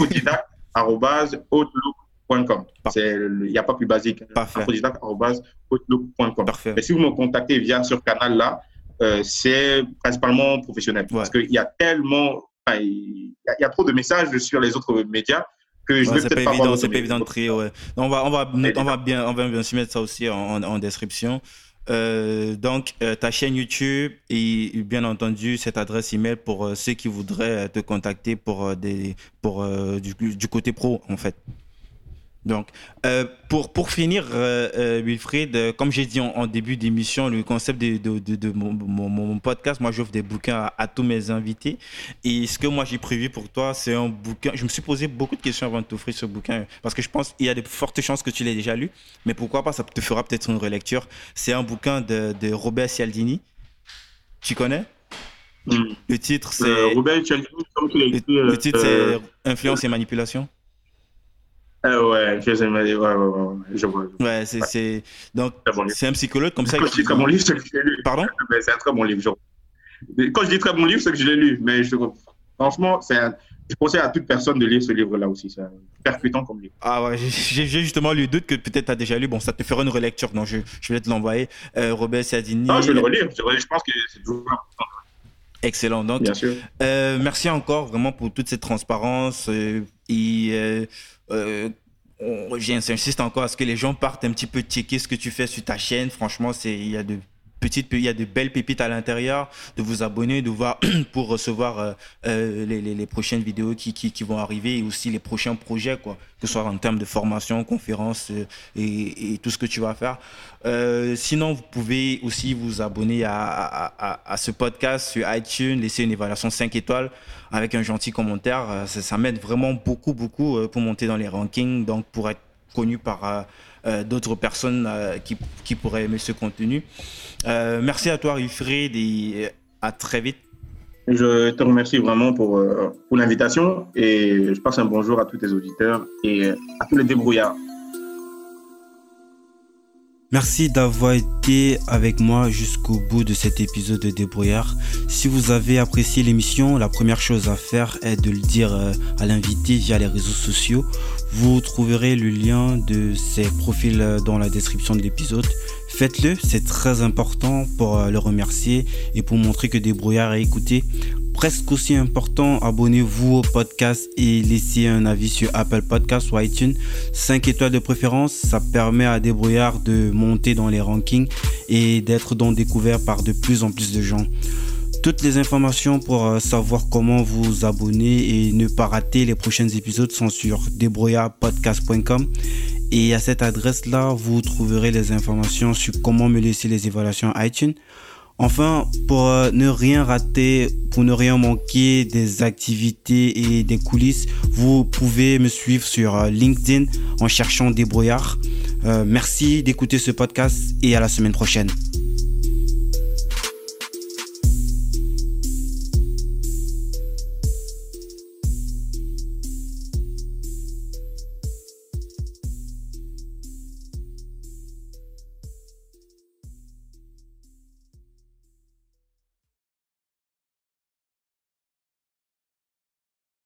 Speaker 2: afrodidacte@outlook.com. Il n'y a pas plus basique. Afrodidacte@outlook.com. Mais si vous me contactez via ce canal-là, c'est principalement professionnel. Ouais. Parce qu'il y a tellement, il y a trop de messages sur les autres médias que je vais peut-être pas voir.
Speaker 1: C'est pas évident de trier. Ouais. On va bien s'y mettre ça aussi en description. Donc ta chaîne YouTube et bien entendu cette adresse email pour ceux qui voudraient te contacter pour du côté pro en fait. Donc, pour finir, Wilfried, comme j'ai dit en début d'émission, le concept de mon podcast, moi j'offre des bouquins à tous mes invités. Et ce que moi j'ai prévu pour toi, c'est un bouquin. Je me suis posé beaucoup de questions avant de t'offrir ce bouquin, parce que je pense qu'il y a de fortes chances que tu l'aies déjà lu, mais pourquoi pas, ça te fera peut-être une relecture. C'est un bouquin de Robert Cialdini. Tu connais?
Speaker 2: Hmm.
Speaker 1: Le titre, c'est,
Speaker 2: Robert Cialdini, comme tu l'as écrit.
Speaker 1: le titre, c'est Influence et manipulation.
Speaker 2: Ouais, ouais, ouais, ouais, je vois.
Speaker 1: Ouais,
Speaker 2: Ouais,
Speaker 1: donc,
Speaker 2: très bon livre.
Speaker 1: c'est un psychologue comme ça
Speaker 2: Quand je dis très bon livre, c'est que je l'ai lu.
Speaker 1: Pardon?
Speaker 2: Mais c'est un très bon livre. Quand je dis très bon livre, c'est que je l'ai lu. Mais franchement, je conseille à toute personne de lire ce livre-là aussi. C'est percutant comme livre.
Speaker 1: Ah ouais, j'ai justement le doute que peut-être tu as déjà lu. Bon, ça te fera une relecture, donc je vais te l'envoyer. Robert
Speaker 2: Non, je vais
Speaker 1: Cialdini,
Speaker 2: le relire. Je pense que c'est toujours important,
Speaker 1: excellent. Donc,
Speaker 2: bien sûr.
Speaker 1: merci encore vraiment pour toute cette transparence. J'insiste encore à ce que les gens partent un petit peu checker ce que tu fais sur ta chaîne. Franchement, il y a de belles pépites à l'intérieur. De vous abonner, de voir pour recevoir les prochaines vidéos qui vont arriver et aussi les prochains projets, quoi, que ce soit en termes de formation, conférences et tout ce que tu vas faire. Sinon, vous pouvez aussi vous abonner à ce podcast sur iTunes, laisser une évaluation 5 étoiles avec un gentil commentaire. Ça m'aide vraiment beaucoup, beaucoup pour monter dans les rankings, donc pour être connu par d'autres personnes qui pourraient aimer ce contenu. Merci à toi, Wilfried, et à très vite.
Speaker 2: Je te remercie vraiment pour l'invitation et je passe un bonjour à tous tes auditeurs et à tous les débrouillards.
Speaker 1: Merci d'avoir été avec moi jusqu'au bout de cet épisode de Débrouillard. Si vous avez apprécié l'émission, la première chose à faire est de le dire à l'invité via les réseaux sociaux. Vous trouverez le lien de ses profils dans la description de l'épisode. Faites-le, c'est très important pour le remercier et pour montrer que Débrouillard est écouté. Presque aussi important, abonnez-vous au podcast et laissez un avis sur Apple Podcasts ou iTunes. 5 étoiles de préférence, ça permet à Débrouillard de monter dans les rankings et d'être donc découvert par de plus en plus de gens. Toutes les informations pour savoir comment vous abonner et ne pas rater les prochains épisodes sont sur débrouillardpodcast.com. Et à cette adresse-là, vous trouverez les informations sur comment me laisser les évaluations iTunes. Enfin, pour ne rien rater, pour ne rien manquer des activités et des coulisses, vous pouvez me suivre sur LinkedIn en cherchant Débrouillard. Merci d'écouter ce podcast et à la semaine prochaine.